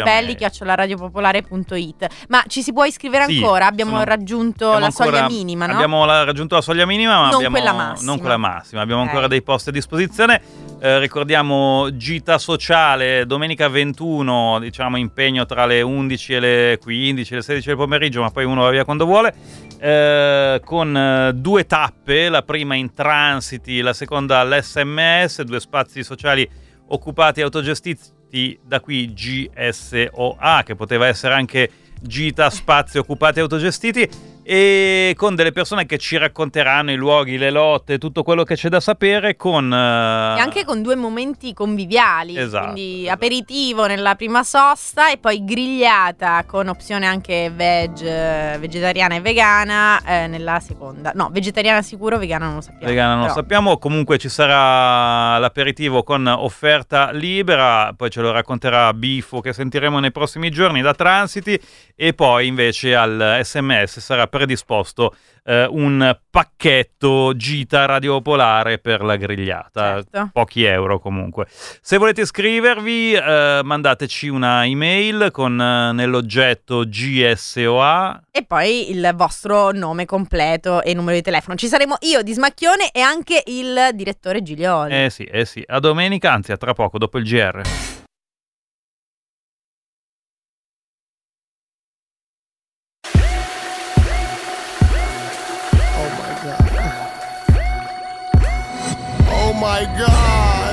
poverimabelli@radiopopolare.it. Ma ci si può iscrivere ancora? Abbiamo raggiunto la soglia minima, no? Abbiamo raggiunto la soglia minima, ma non quella massima. Abbiamo ancora dei posti a disposizione. Ricordiamo gita sociale domenica 21, diciamo impegno tra le 11 e le 15, le 16 del pomeriggio, ma poi uno va via quando vuole, con 2 tappe, la prima in Transiti, la seconda all'SMS, 2 spazi sociali occupati e autogestiti, da qui GSOA, che poteva essere anche gita spazi occupati e autogestiti, e con delle persone che ci racconteranno i luoghi, le lotte, tutto quello che c'è da sapere, con e anche con 2 momenti conviviali, quindi aperitivo nella prima sosta e poi grigliata con opzione anche vegetariana e vegana nella seconda. No, vegetariana sicuro, vegana non lo sappiamo. Vegana non lo sappiamo, comunque ci sarà l'aperitivo con offerta libera, poi ce lo racconterà Bifo, che sentiremo nei prossimi giorni da Transiti, e poi invece al SMS sarà predisposto un pacchetto gita Radio Popolare per la grigliata, certo. Pochi euro comunque. Se volete iscrivervi, mandateci una email con nell'oggetto GSOA e poi il vostro nome completo e numero di telefono. Ci saremo io, Dismacchione, e anche il direttore Giglioli. Sì. A domenica, anzi a tra poco, dopo il GR. Oh my God.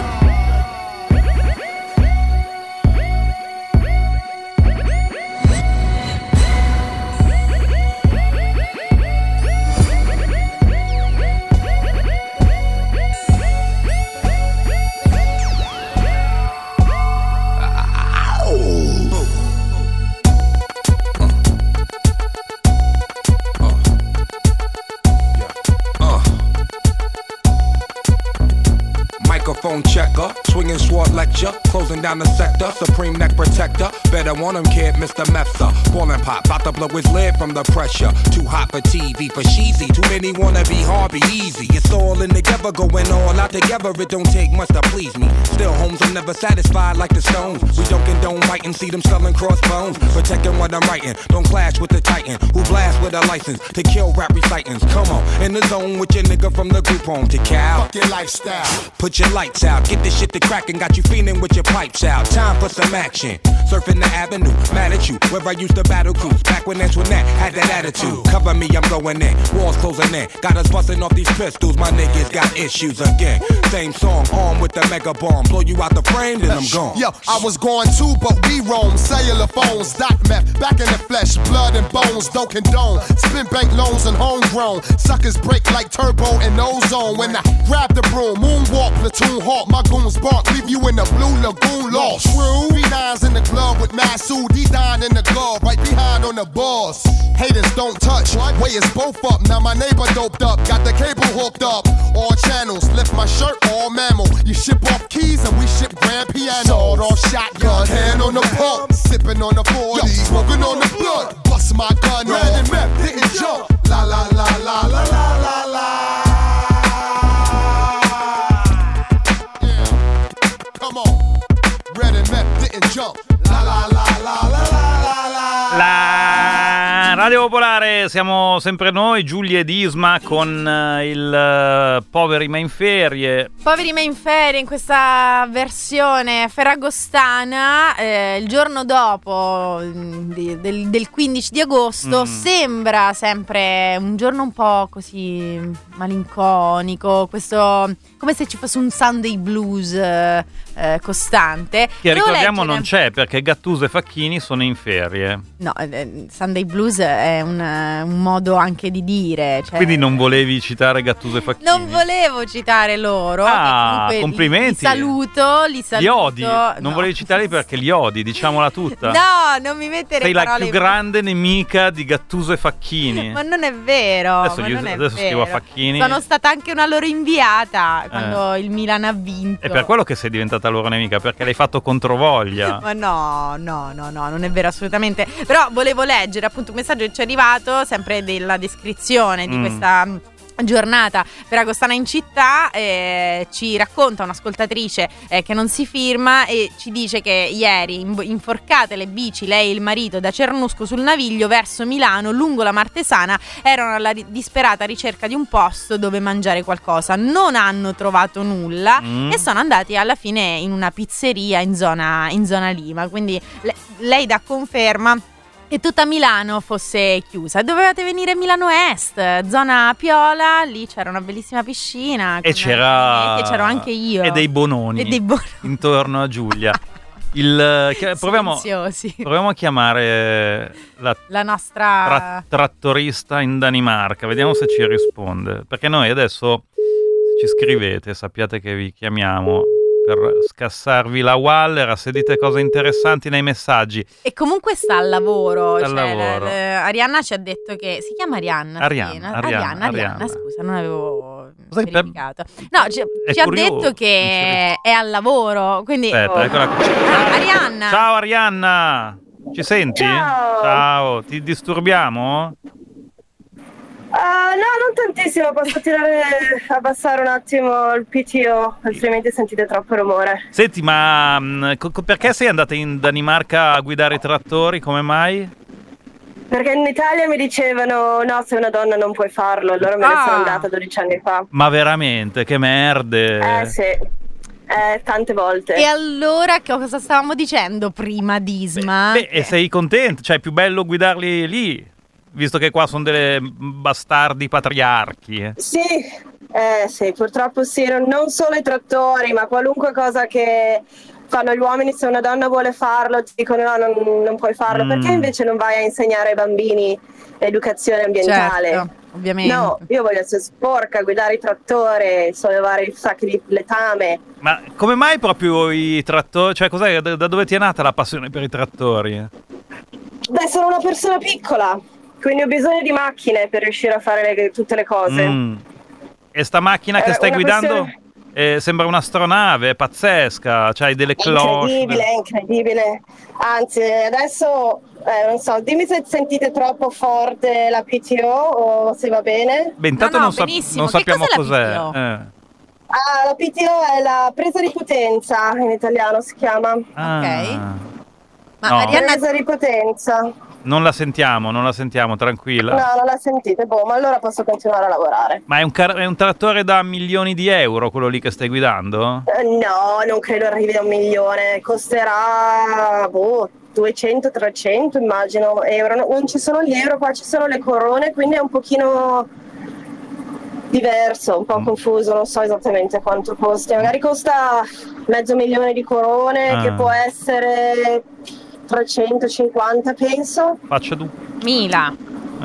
Microphone checker, swinging sword lecture, closing down the sector, supreme neck protector. Better want him, kid, Mr. Mepsa. Ballin' pop, bout to blow his lid from the pressure. Too hot for TV, for cheesy. Too many wanna be hard, be easy. It's all in together, going all out together. It don't take much to please me. Still, homes are never satisfied like the Stones. We don't condone biting, see them selling crossbones. Protecting what I'm writing, don't clash with the titan who blast with a license to kill rap recitants. Come on, in the zone with your nigga from the group home to Cal. Fuck your lifestyle. Put your lights out, get this shit to crackin', got you feeling with your pipes out. Time for some action. Surfing the avenue, mad at you, where I used to battle cruise. Back when Antoinette had that attitude. Cover me, I'm going in, walls closing in. Got us busting off these pistols, my niggas got issues again. Same song, armed with the mega bomb. Blow you out the frame, then I'm gone. Yo, I was going too, but we roam. Cellular phones, dot meth, back in the flesh. Blood and bones, don't condone. Spin bank loans and homegrown. Suckers break like turbo and ozone. When I grab the broom, moonwalk, platoon hawk. My goons bark, leave you in the blue lagoon lost. True, B9's in the glove with Masood. D9 in the glove, right behind on the boss. Haters don't touch, way is both up. Now my neighbor doped up, got the cable hooked up. All channels, lift my shirt, all mammal. You ship off keys and we ship grand piano. Sawed off shotgun, hand on the pump. Sipping on the 40, smoking on the blood. Bust my gun, ran and meth, didn't jump. La la la la la la la la. Yeah, come on. Red and meth, didn't jump. La la la la la la la la. La Radio Popolare, siamo sempre noi, Giulia ed Isma, con il Poveri ma in Ferie. Poveri ma in Ferie in questa versione ferragostana, il giorno dopo del 15 di agosto. Sembra sempre un giorno un po' così malinconico, questo come se ci fosse un Sunday blues costante. Che ricordiamo non c'è, perché Gattuso e Facchini sono in ferie. No, Sunday Blues è un modo anche di dire. Cioè, quindi non volevi citare Gattuso e Facchini? Non volevo citare loro. Complimenti. Li saluto. Li odi? Non volevi citarli perché li odi, diciamola tutta. No, non mi mettere Sei parole. la più grande nemica di Gattuso e Facchini. Ma non è vero. Adesso scrivo a Facchini. Sono stata anche una loro inviata quando il Milan ha vinto. È per quello che sei diventata loro nemica, perché l'hai fatto controvoglia. Ma no, non è vero assolutamente. Però volevo leggere appunto un messaggio che ci è arrivato, sempre della descrizione di questa giornata ferragostana in città. Ci racconta un'ascoltatrice che non si firma e ci dice che ieri inforcate le bici, lei e il marito, da Cernusco sul Naviglio verso Milano lungo la Martesana erano alla disperata ricerca di un posto dove mangiare qualcosa, non hanno trovato nulla e sono andati alla fine in una pizzeria in zona Lima, quindi lei dà conferma che tutta Milano fosse chiusa. Dovevate venire a Milano Est, zona Piola, lì c'era una bellissima piscina e c'ero anche io. E dei bononi intorno a Giulia. Proviamo a chiamare la nostra trattorista in Danimarca, vediamo se ci risponde, perché noi adesso, se ci scrivete, sappiate che vi chiamiamo per scassarvi la Waller, se dite cose interessanti nei messaggi. E comunque sta al lavoro. Lavoro. Arianna ci ha detto che si chiama Arianna. Arianna, scusa, non avevo verificato. No, ci ha detto che è al lavoro. Quindi aspetta, eccola qui. Arianna. Ciao Arianna. Ci senti? Ciao. Ti disturbiamo? No, non tantissimo, posso abbassare un attimo il PTO, altrimenti sentite troppo rumore. Senti, ma perché sei andata in Danimarca a guidare i trattori? Come mai? Perché in Italia mi dicevano no, sei una donna non puoi farlo, allora me ne sono andata 12 anni fa. Ma veramente, che merde! Sì. Tante volte. E allora cosa stavamo dicendo prima di Isma? E sei contenta? Cioè è più bello guidarli lì? Visto che qua sono delle bastardi patriarchi. Sì, purtroppo sì, non solo i trattori, ma qualunque cosa che fanno gli uomini, se una donna vuole farlo ti dicono no, non puoi farlo, perché invece non vai a insegnare ai bambini l'educazione ambientale? Certo, ovviamente. No, io voglio essere sporca, guidare i trattori, sollevare i sacchi di letame. Ma come mai proprio i trattori? Cioè cos'è, da dove ti è nata la passione per i trattori? Beh, sono una persona piccola, quindi ho bisogno di macchine per riuscire a fare tutte le cose. E sta macchina che stai guidando sembra un'astronave, è pazzesca, c'hai delle cloche. Incredibile. Anzi, adesso non so, dimmi se sentite troppo forte la PTO o se va bene. Beh, intanto non sappiamo cos'è. La PTO è la presa di potenza, in italiano si chiama. Ok. Ma no. Presa di potenza. Non la sentiamo, tranquilla. No, non la sentite, ma allora posso continuare a lavorare. Ma è un trattore da milioni di euro quello lì che stai guidando? No, non credo arrivi a 1 milione, costerà 200-300 immagino euro. Non ci sono gli euro, qua ci sono le corone, quindi è un pochino diverso, un po' confuso, non so esattamente quanto costi. Magari costa 500.000 di corone, che può essere 350 penso. Faccia tu. 1000.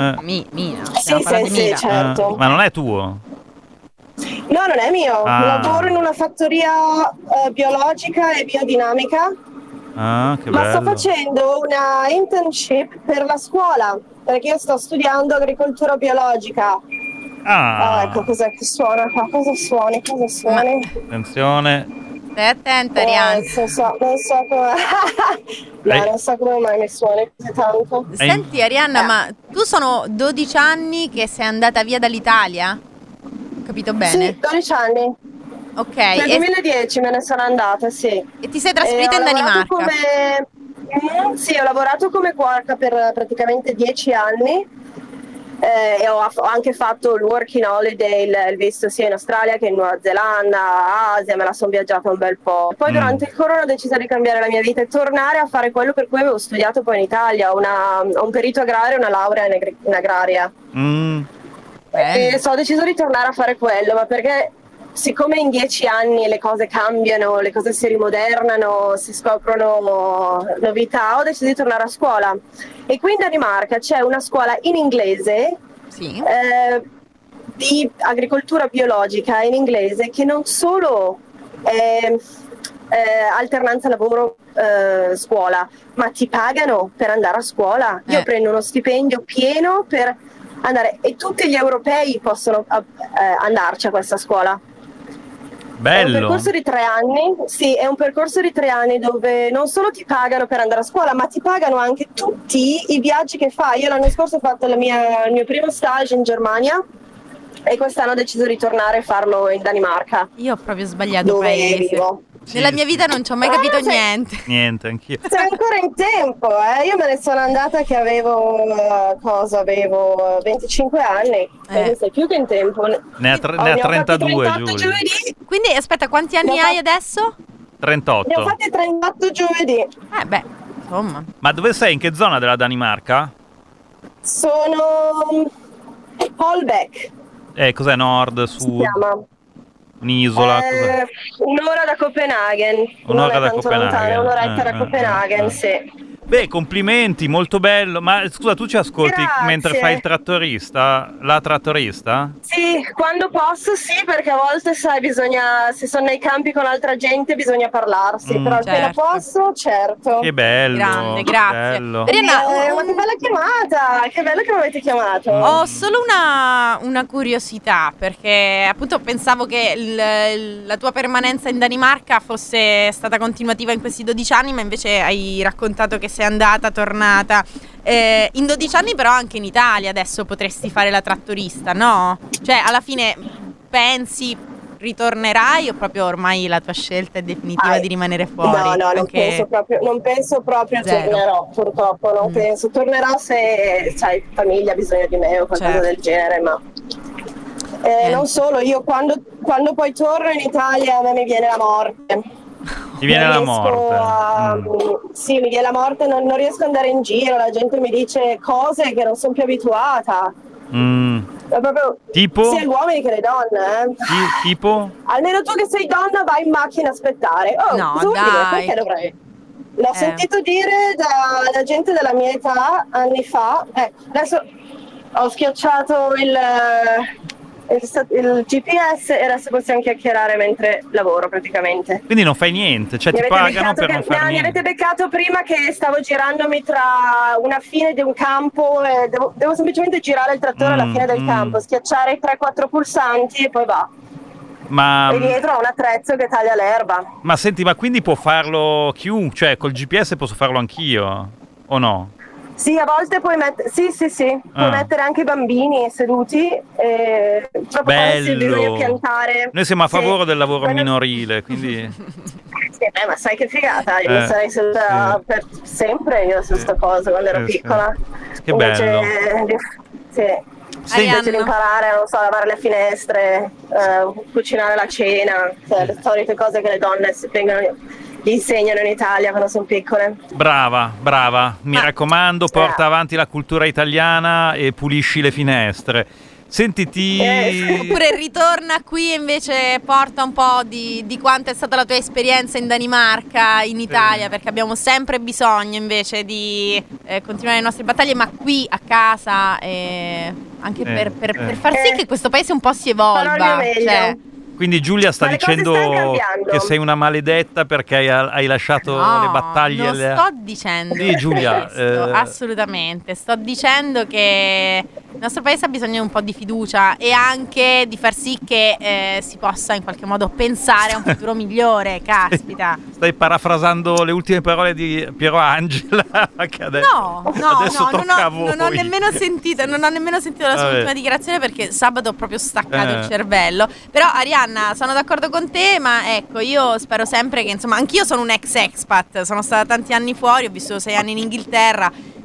Sì, certo. Ma non è tuo? No, non è mio. Lavoro in una fattoria biologica e biodinamica. Che bello. Ma sto facendo una internship per la scuola, perché io sto studiando agricoltura biologica. Ecco cos'è che suona qua. Cosa suoni? Attenzione. Stai attenta, Arianna. Non so come. Non so come mai mi suoni così tanto. Senti, Arianna, ma tu sono 12 anni che sei andata via dall'Italia? Ho capito bene? Sì, 12 anni. Ok. Nel 2010 me ne sono andata, sì. E ti sei trasferita in Danimarca? Sì, ho lavorato come cuoca per praticamente 10 anni. E ho anche fatto il working holiday, visto sia in Australia che in Nuova Zelanda, Asia, me la sono viaggiata un bel po'. Poi durante il corona ho deciso di cambiare la mia vita e tornare a fare quello per cui avevo studiato poi in Italia, ho un perito agrario e una laurea in agraria. E ho deciso di tornare a fare quello, ma perché siccome in 10 anni le cose cambiano, le cose si rimodernano, si scoprono novità, ho deciso di tornare a scuola. E qui in Danimarca c'è una scuola in inglese di agricoltura biologica in inglese, che non solo è alternanza lavoro scuola, ma ti pagano per andare a scuola. Io prendo uno stipendio pieno per andare, e tutti gli europei possono andarci a questa scuola. Bello. È un percorso di 3 anni, sì, è un percorso di 3 anni dove non solo ti pagano per andare a scuola, ma ti pagano anche tutti i viaggi che fai. Io l'anno scorso ho fatto il mio primo stage in Germania e quest'anno ho deciso di tornare a farlo in Danimarca. Io ho proprio sbagliato paese. Vivo. Nella mia vita non ci ho mai capito niente. Niente, anch'io. Sei ancora in tempo, Io me ne sono andata che avevo 25 anni. Sei più che in tempo. Ne ha 32 Giulia. Quindi aspetta, quanti anni hai adesso? 38. Ne ho fatti 38 giovedì. Beh, insomma. Ma dove sei? In che zona della Danimarca? Sono Holbæk. Cos'è, nord, sud? Si chiama. Un'isola? Un'ora da Copenaghen. Un'ora da Copenaghen. Lontano, un'oretta da Copenaghen, sì. Beh, complimenti, molto bello. Ma scusa, tu ci ascolti mentre fai il trattorista? La trattorista? Sì, quando posso sì, perché a volte sai, se sono nei campi con altra gente bisogna parlarsi, però appena posso, certo. Che bello. Grande, grazie. Bello. Arianna, ma che bella chiamata, che bello che mi avete chiamato. Ho solo una curiosità, perché appunto pensavo che la tua permanenza in Danimarca fosse stata continuativa in questi 12 anni, ma invece hai raccontato che sei andata, tornata. In 12 anni però anche in Italia adesso potresti fare la trattorista, no? Cioè alla fine pensi ritornerai o proprio ormai la tua scelta è definitiva di rimanere fuori? No, non penso proprio tornerò, purtroppo non penso. Tornerò se sai, famiglia ha bisogno di me o qualcosa del genere, ma non solo, io quando poi torno in Italia a me mi viene la morte. Ti viene la morte? Sì, mi viene la morte, non riesco ad andare in giro, la gente mi dice cose che non sono più abituata. È proprio tipo? sia gli uomini che le donne. Tipo? Almeno tu che sei donna vai in macchina a aspettare. No, cosa vuol dai. dire? Perché dovrei? L'ho sentito dire da gente della mia età anni fa. Adesso ho schiacciato il GPS e adesso possiamo chiacchierare mentre lavoro praticamente. Quindi non fai niente, cioè ti pagano per non fare niente. Mi avete beccato prima che stavo girandomi tra una fine di un campo e devo semplicemente girare il trattore alla fine del campo, schiacciare i 3-4 pulsanti e poi va. E dietro ho un attrezzo che taglia l'erba. Ma senti, ma quindi può farlo chiunque? Cioè col GPS posso farlo anch'io? O no? Sì, a volte puoi mettere, puoi mettere anche i bambini seduti e proprio quando si bisogna piantare. Noi siamo a favore del lavoro minorile, quindi... ma sai che figata, io sarei seduta per sempre io su sta cosa quando ero piccola. Che bello. Invece di imparare, non so, a lavare le finestre, cucinare la cena, le solite cose che le donne gli insegnano in Italia quando sono piccole. Brava, mi raccomando, porta avanti la cultura italiana e pulisci le finestre. Sentiti. Oppure ritorna qui e invece porta un po' di quanto è stata la tua esperienza in Danimarca, in Italia, perché abbiamo sempre bisogno invece di continuare le nostre battaglie, ma qui a casa anche per far sì che questo paese un po' si evolva. Quindi Giulia sta dicendo che sei una maledetta perché hai lasciato le battaglie. Non sto dicendo Giulia, questo, assolutamente. Sto dicendo che il nostro paese ha bisogno di un po' di fiducia e anche di far sì che si possa in qualche modo pensare a un futuro migliore. Caspita. Stai parafrasando le ultime parole di Piero Angela. Che adesso non ho nemmeno sentito la sua ultima dichiarazione perché sabato ho proprio staccato il cervello. Però Arianna, sono d'accordo con te, ma ecco, io spero sempre che, insomma, anch'io sono un ex expat, sono stata tanti anni fuori, ho vissuto 6 anni in Inghilterra,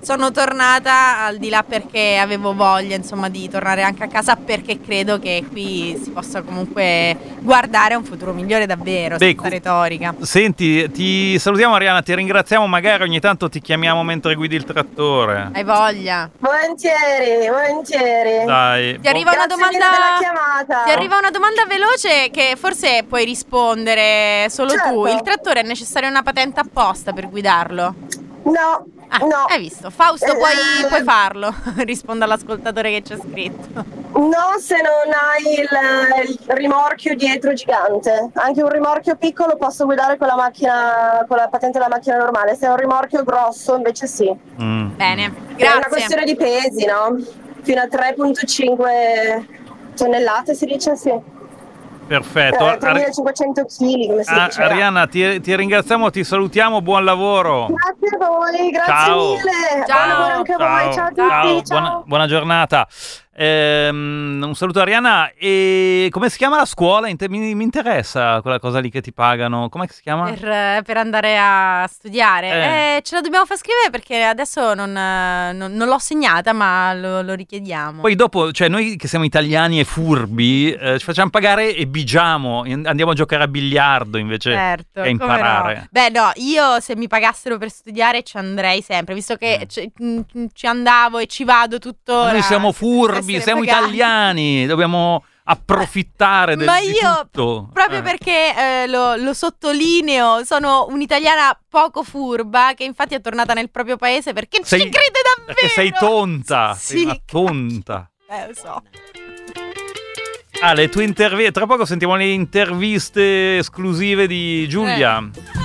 sono tornata al di là perché avevo voglia, insomma, di tornare anche a casa, perché credo che qui si possa comunque guardare a un futuro migliore davvero, senza retorica. Senti, ti salutiamo Arianna, ti ringraziamo, magari ogni tanto ti chiamiamo mentre guidi il trattore. Hai voglia? Volentieri. Dai. Ti arriva una domanda della chiamata. Ti arriva una domanda veloce che forse puoi rispondere solo tu. Il trattore è necessaria una patente apposta per guidarlo? No. No. Hai visto? Fausto, puoi farlo. Rispondo all'ascoltatore che c'è scritto. No, se non hai il rimorchio dietro gigante. Anche un rimorchio piccolo posso guidare con la macchina, con la patente della macchina normale. Se è un rimorchio grosso invece sì. Bene, grazie. È una questione di pesi, no? Fino a 3,5 tonnellate si dice, sì. Perfetto. 3.500 kg, come si dice. Arianna, ti ringraziamo, ti salutiamo, buon lavoro. Grazie a voi, grazie mille. Buon lavoro anche a voi, ciao a tutti. Ciao. Buona giornata. Un saluto a Arianna. E come si chiama la scuola? Mi interessa quella cosa lì che ti pagano. Come si chiama? Per andare a studiare. Ce la dobbiamo far scrivere perché adesso non l'ho segnata, ma lo richiediamo. Poi dopo, cioè noi che siamo italiani e furbi, ci facciamo pagare e bigiamo, andiamo a giocare a biliardo invece che a imparare. No. Beh no, io se mi pagassero per studiare ci andrei sempre, visto che ci andavo e ci vado tuttora. Noi siamo furbi, siamo italiani, dobbiamo approfittare di tutto. Proprio perché lo sottolineo, sono un'italiana poco furba che infatti è tornata nel proprio paese perché ci crede davvero. Perché sei tonta, sì, sei una tonta. Lo so. Le tue interviste, tra poco sentiamo le interviste esclusive di Giulia.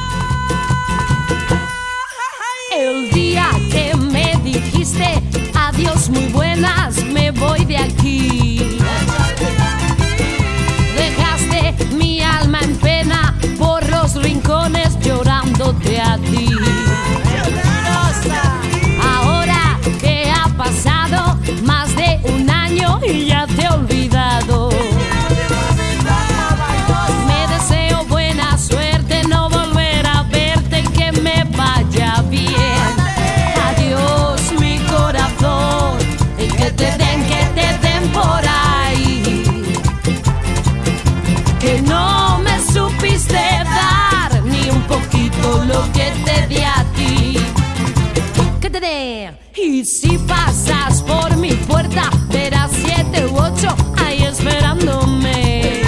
El día que me dijiste adiós muy buenas, me voy de aquí. Dejaste mi alma en pena por los rincones llorándote a ti. Ahora que ha pasado más de un año y ya te he olvidado. Me deseo buena suerte, no volver a verte, que me vaya bien. Adiós mi corazón, que te den por ahí. Que no me supiste dar ni un poquito lo que te di a ti. Que te dé. Y si pasas por mi puerta, verás 7 u 8 ahí esperándome.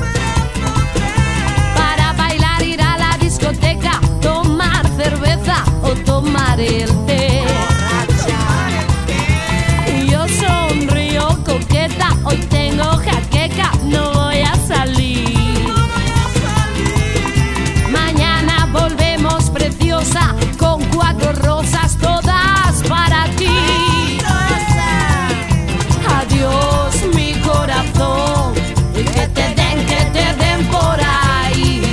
Para bailar, ir a la discoteca, tomar cerveza o tomar el té. Y yo sonrío coqueta, hoy tengo jaqueca, no voy a salir. Mañana volvemos preciosa, con 4 rosas todas para ti. Adiós mi corazón, que te den por ahí.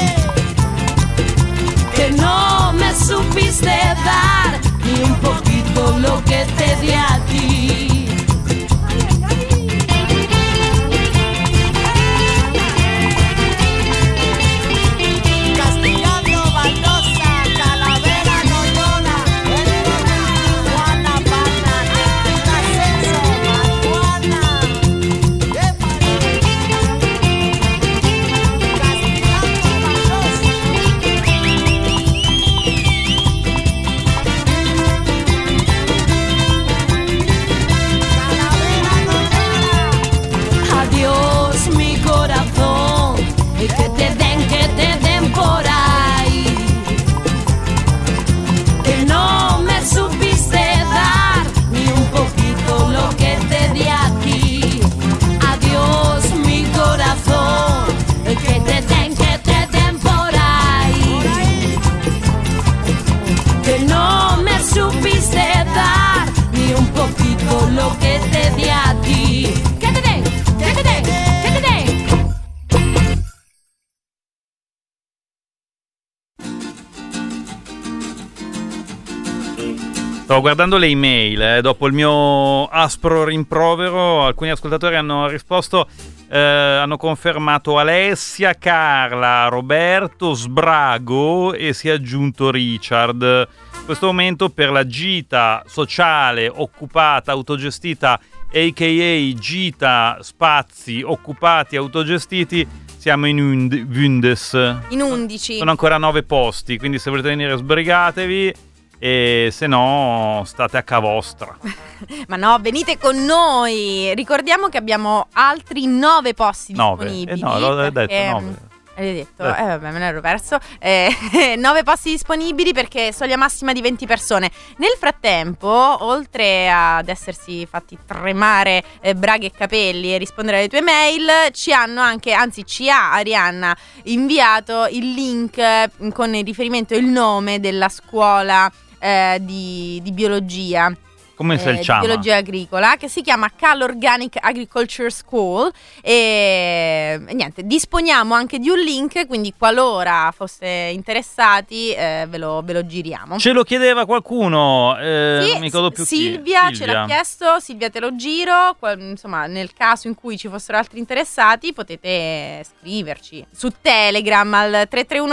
Que no me supiste dar ni un poquito lo que te di a ti. Castigando, baldosa, calavera, noyona, Juana Pana, Ascenso, Juana. Adiós mi corazón, que te den por ahí. Que no me supiste dar ni un poquito lo que te di a ti. Adiós mi corazón, que te den por ahí. Que no me supiste dar ni un poquito lo que te di a ti. Que te den, que te den, que te den. Stavo guardando le email, dopo il mio aspro rimprovero alcuni ascoltatori hanno risposto, hanno confermato Alessia, Carla, Roberto, Sbrago e si è aggiunto Richard. questo momento per la gita sociale occupata, autogestita, a.k.a. gita spazi occupati, autogestiti, siamo in 11. Sono ancora 9 posti, quindi se volete venire sbrigatevi e se no state a ca vostra. Ma no, venite con noi. Ricordiamo che abbiamo altri 9 posti disponibili. No, l'ho detto 9. Hai detto? Vabbè, me ne ero perso. 9 posti disponibili perché soglia massima di 20 persone. Nel frattempo, oltre ad essersi fatti tremare braghe e capelli e rispondere alle tue mail, ci ha Arianna inviato il link con il riferimento e il nome della scuola di biologia. Come si chiama? Biologia agricola, che si chiama Cal Organic Agriculture School, e niente, disponiamo anche di un link, quindi qualora foste interessati ve lo giriamo. Ce lo chiedeva qualcuno, sì, non mi ricordo più Silvia ce l'ha chiesto. Silvia, te lo giro, insomma, nel caso in cui ci fossero altri interessati potete scriverci su Telegram al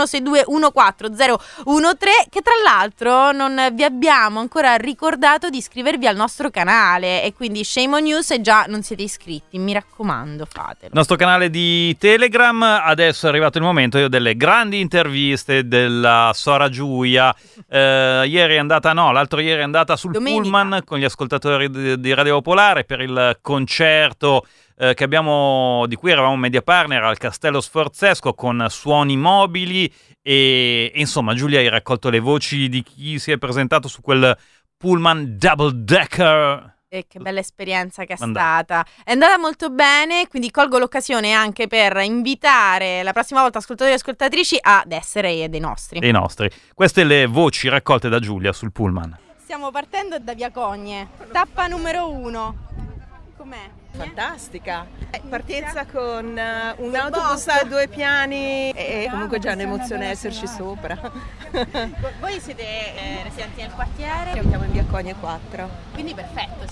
33162140013, che tra l'altro non vi abbiamo ancora ricordato di iscrivervi al nostro canale, e quindi shame on you se già non siete iscritti, mi raccomando, fatelo. Il nostro canale di Telegram, adesso è arrivato il momento, io ho delle grandi interviste della Sora Giulia, l'altro ieri è andata sul Pullman con gli ascoltatori di Radio Popolare per il concerto di cui eravamo media partner al Castello Sforzesco con suoni mobili e insomma Giulia hai raccolto le voci di chi si è presentato su quel Pullman double decker. E che bella esperienza che è stata. È andata molto bene, quindi colgo l'occasione anche per invitare la prossima volta ascoltatori e ascoltatrici ad essere dei nostri. Queste le voci raccolte da Giulia sul Pullman. Stiamo partendo da Via Cogne, tappa numero 1. Com'è? Fantastica, partenza con un autobus a 2 piani e comunque già un'emozione esserci sopra. Voi siete residenti nel quartiere? Siamo in Via Cogne 4. Quindi perfetto,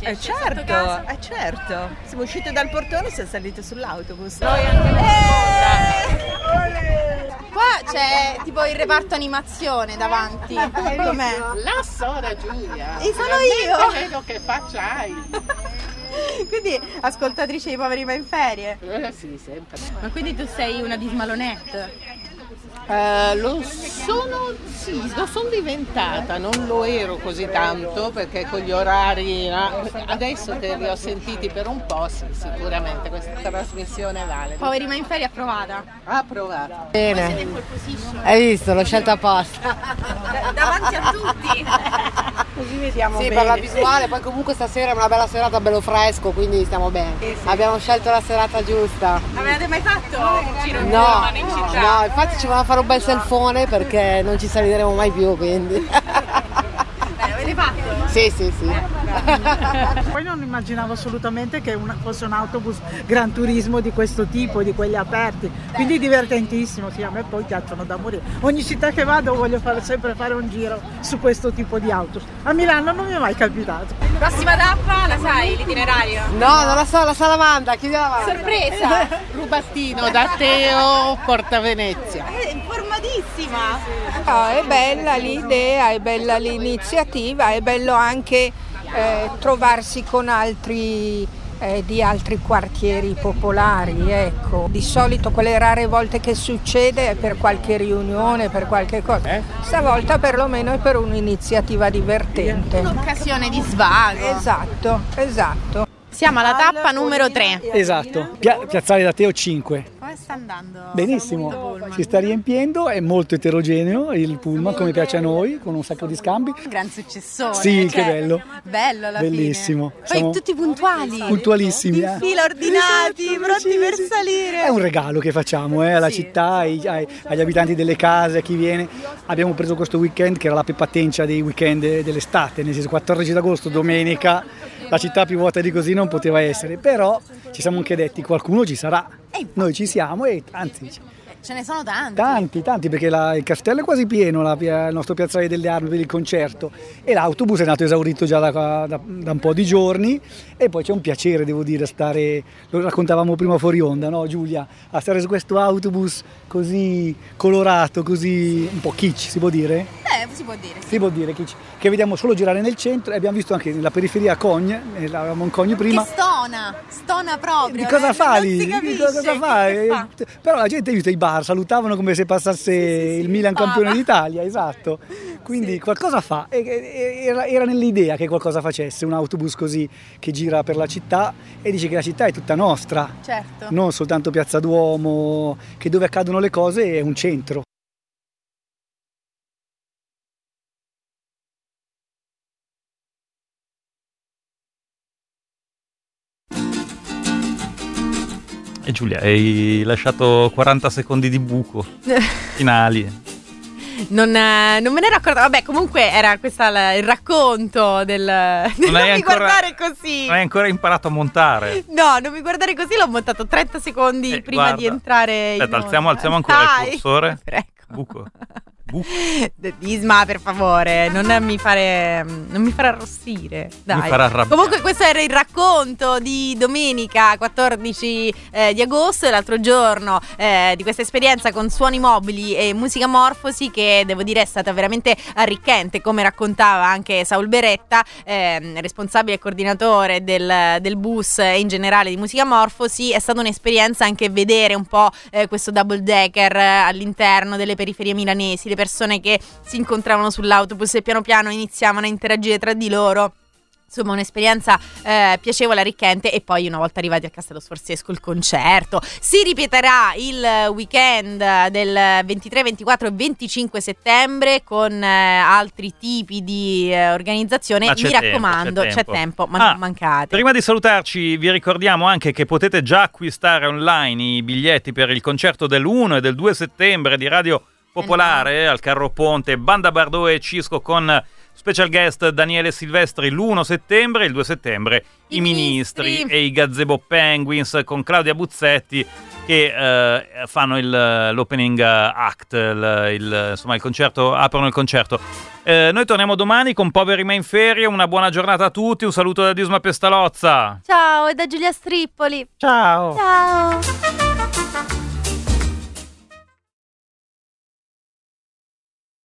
certo, siamo uscite dal portone e siamo salite sull'autobus. Noi qua c'è tipo il reparto animazione davanti. Com'è? La Sora Giulia. E sono io! Quello che facciai. Quindi ascoltatrice di Poveri ma in ferie? Sì, sempre. Ma quindi tu sei una Dismalonette? Lo sono diventata, non lo ero così tanto perché con gli orari, adesso che li ho sentiti per un po', sì, sicuramente questa trasmissione vale. Poveri ma in ferie approvata? Approvata. Bene. Voi siete in pole position? Hai visto, l'ho scelta apposta. Davanti a tutti. Così vediamo bene. Per la visuale, poi comunque stasera è una bella serata, bello fresco, quindi stiamo bene. Sì. Abbiamo scelto la serata giusta. Avete mai fatto un giro in pullman in città? No, infatti ci volevamo fare un bel selfone perché non ci saliremo mai più, quindi. Bene, avete fatto? Sì. Poi non immaginavo assolutamente che fosse un autobus Gran Turismo di questo tipo, di quelli aperti, quindi divertentissimo, sì, a me poi piacciono da morire. Ogni città che vado voglio sempre fare un giro su questo tipo di autobus. A Milano non mi è mai capitato. Prossima tappa, la sai l'itinerario? No, non la so, la sa Lavanda, chiudiamo la Lavanda. Sorpresa! Rubattino da Teo, Porta Venezia. È informatissima! No, è bella l'idea, è bella l'iniziativa, è bello anche trovarsi con altri di altri quartieri popolari, ecco. Di solito quelle rare volte che succede è per qualche riunione, per qualche cosa. Stavolta perlomeno è per un'iniziativa divertente. Un'occasione di svago. Esatto. Siamo alla tappa numero 3. Esatto, Piazzale da Teo 5. Come sta andando? Benissimo, si sta riempiendo, è molto eterogeneo il pullman come piace a noi, con un sacco di scambi. Gran successore. Sì, che bello. Bello alla bellissimo. fine. Poi tutti puntuali. Puntualissimi. In fila ordinati, pronti per salire. È un regalo che facciamo alla città, agli abitanti delle case, a chi viene. Abbiamo preso questo weekend che era la pepatencia dei weekend dell'estate, nel senso 14 d'agosto, domenica, la città più vuota di così non poteva essere, però ci siamo anche detti qualcuno ci sarà, noi ci siamo e anzi Ce ne sono tanti. Tanti, perché il castello è quasi pieno, il nostro piazzale delle Armi per il concerto, e l'autobus è nato esaurito già da un po' di giorni, e poi c'è un piacere, devo dire, stare, lo raccontavamo prima fuori onda, no Giulia? A stare su questo autobus così colorato, così un po' kitsch, si può dire? Si può dire. Si può dire kitsch, che vediamo solo girare nel centro, e abbiamo visto anche nella periferia Cogne, avevamo un Cogne prima. Che stona proprio. Di cosa fa lì? Non si capisce. Cosa fa? Però la gente ha visto i bar, salutavano come se passasse il Milan campione d'Italia, esatto. Quindi qualcosa fa, era nell'idea che qualcosa facesse un autobus così che gira per la città e dice che la città è tutta nostra, certo. Non soltanto Piazza Duomo, che dove accadono le cose è un centro. E Giulia, hai lasciato 40 secondi di buco finali. Non me ne ero accorta. Vabbè, comunque era questo il racconto del non mi guardare così. Non hai ancora imparato a montare. No, non mi guardare così, l'ho montato 30 secondi prima di entrare. Aspetta, alziamo ancora il cursore. Prego. Buco. Isma, per favore, non mi fare arrossire. Dai. Mi farà arrabbiare. Comunque questo era il racconto di domenica 14 di agosto, l'altro giorno, di questa esperienza con Suoni Mobili e Musica Morfosi, che devo dire è stata veramente arricchente, come raccontava anche Saul Beretta, responsabile e coordinatore del bus e in generale di Musica Morfosi. È stata un'esperienza anche vedere un po' questo double decker all'interno delle periferie milanesi, le persone che si incontravano sull'autobus e piano piano iniziavano a interagire tra di loro. Insomma, un'esperienza piacevole, arricchente. E poi, una volta arrivati al Castello Sforzesco, il concerto si ripeterà il weekend del 23, 24 e 25 settembre con altri tipi di organizzazione. Mi raccomando, c'è tempo, ma non mancate. Prima di salutarci, vi ricordiamo anche che potete già acquistare online i biglietti per il concerto del 1 e del 2 settembre di Radio Popolare al Carro Ponte, Banda Bardot e Cisco con special guest Daniele Silvestri l'1 settembre, il 2 settembre i Ministri e i Gazebo Penguins con Claudia Buzzetti che fanno l'opening act, insomma il concerto, aprono il concerto. Noi torniamo domani con Poveri ma in ferie. Una buona giornata a tutti, un saluto da Disma Pestalozza. Ciao, e da Giulia Strippoli. Ciao. Ciao.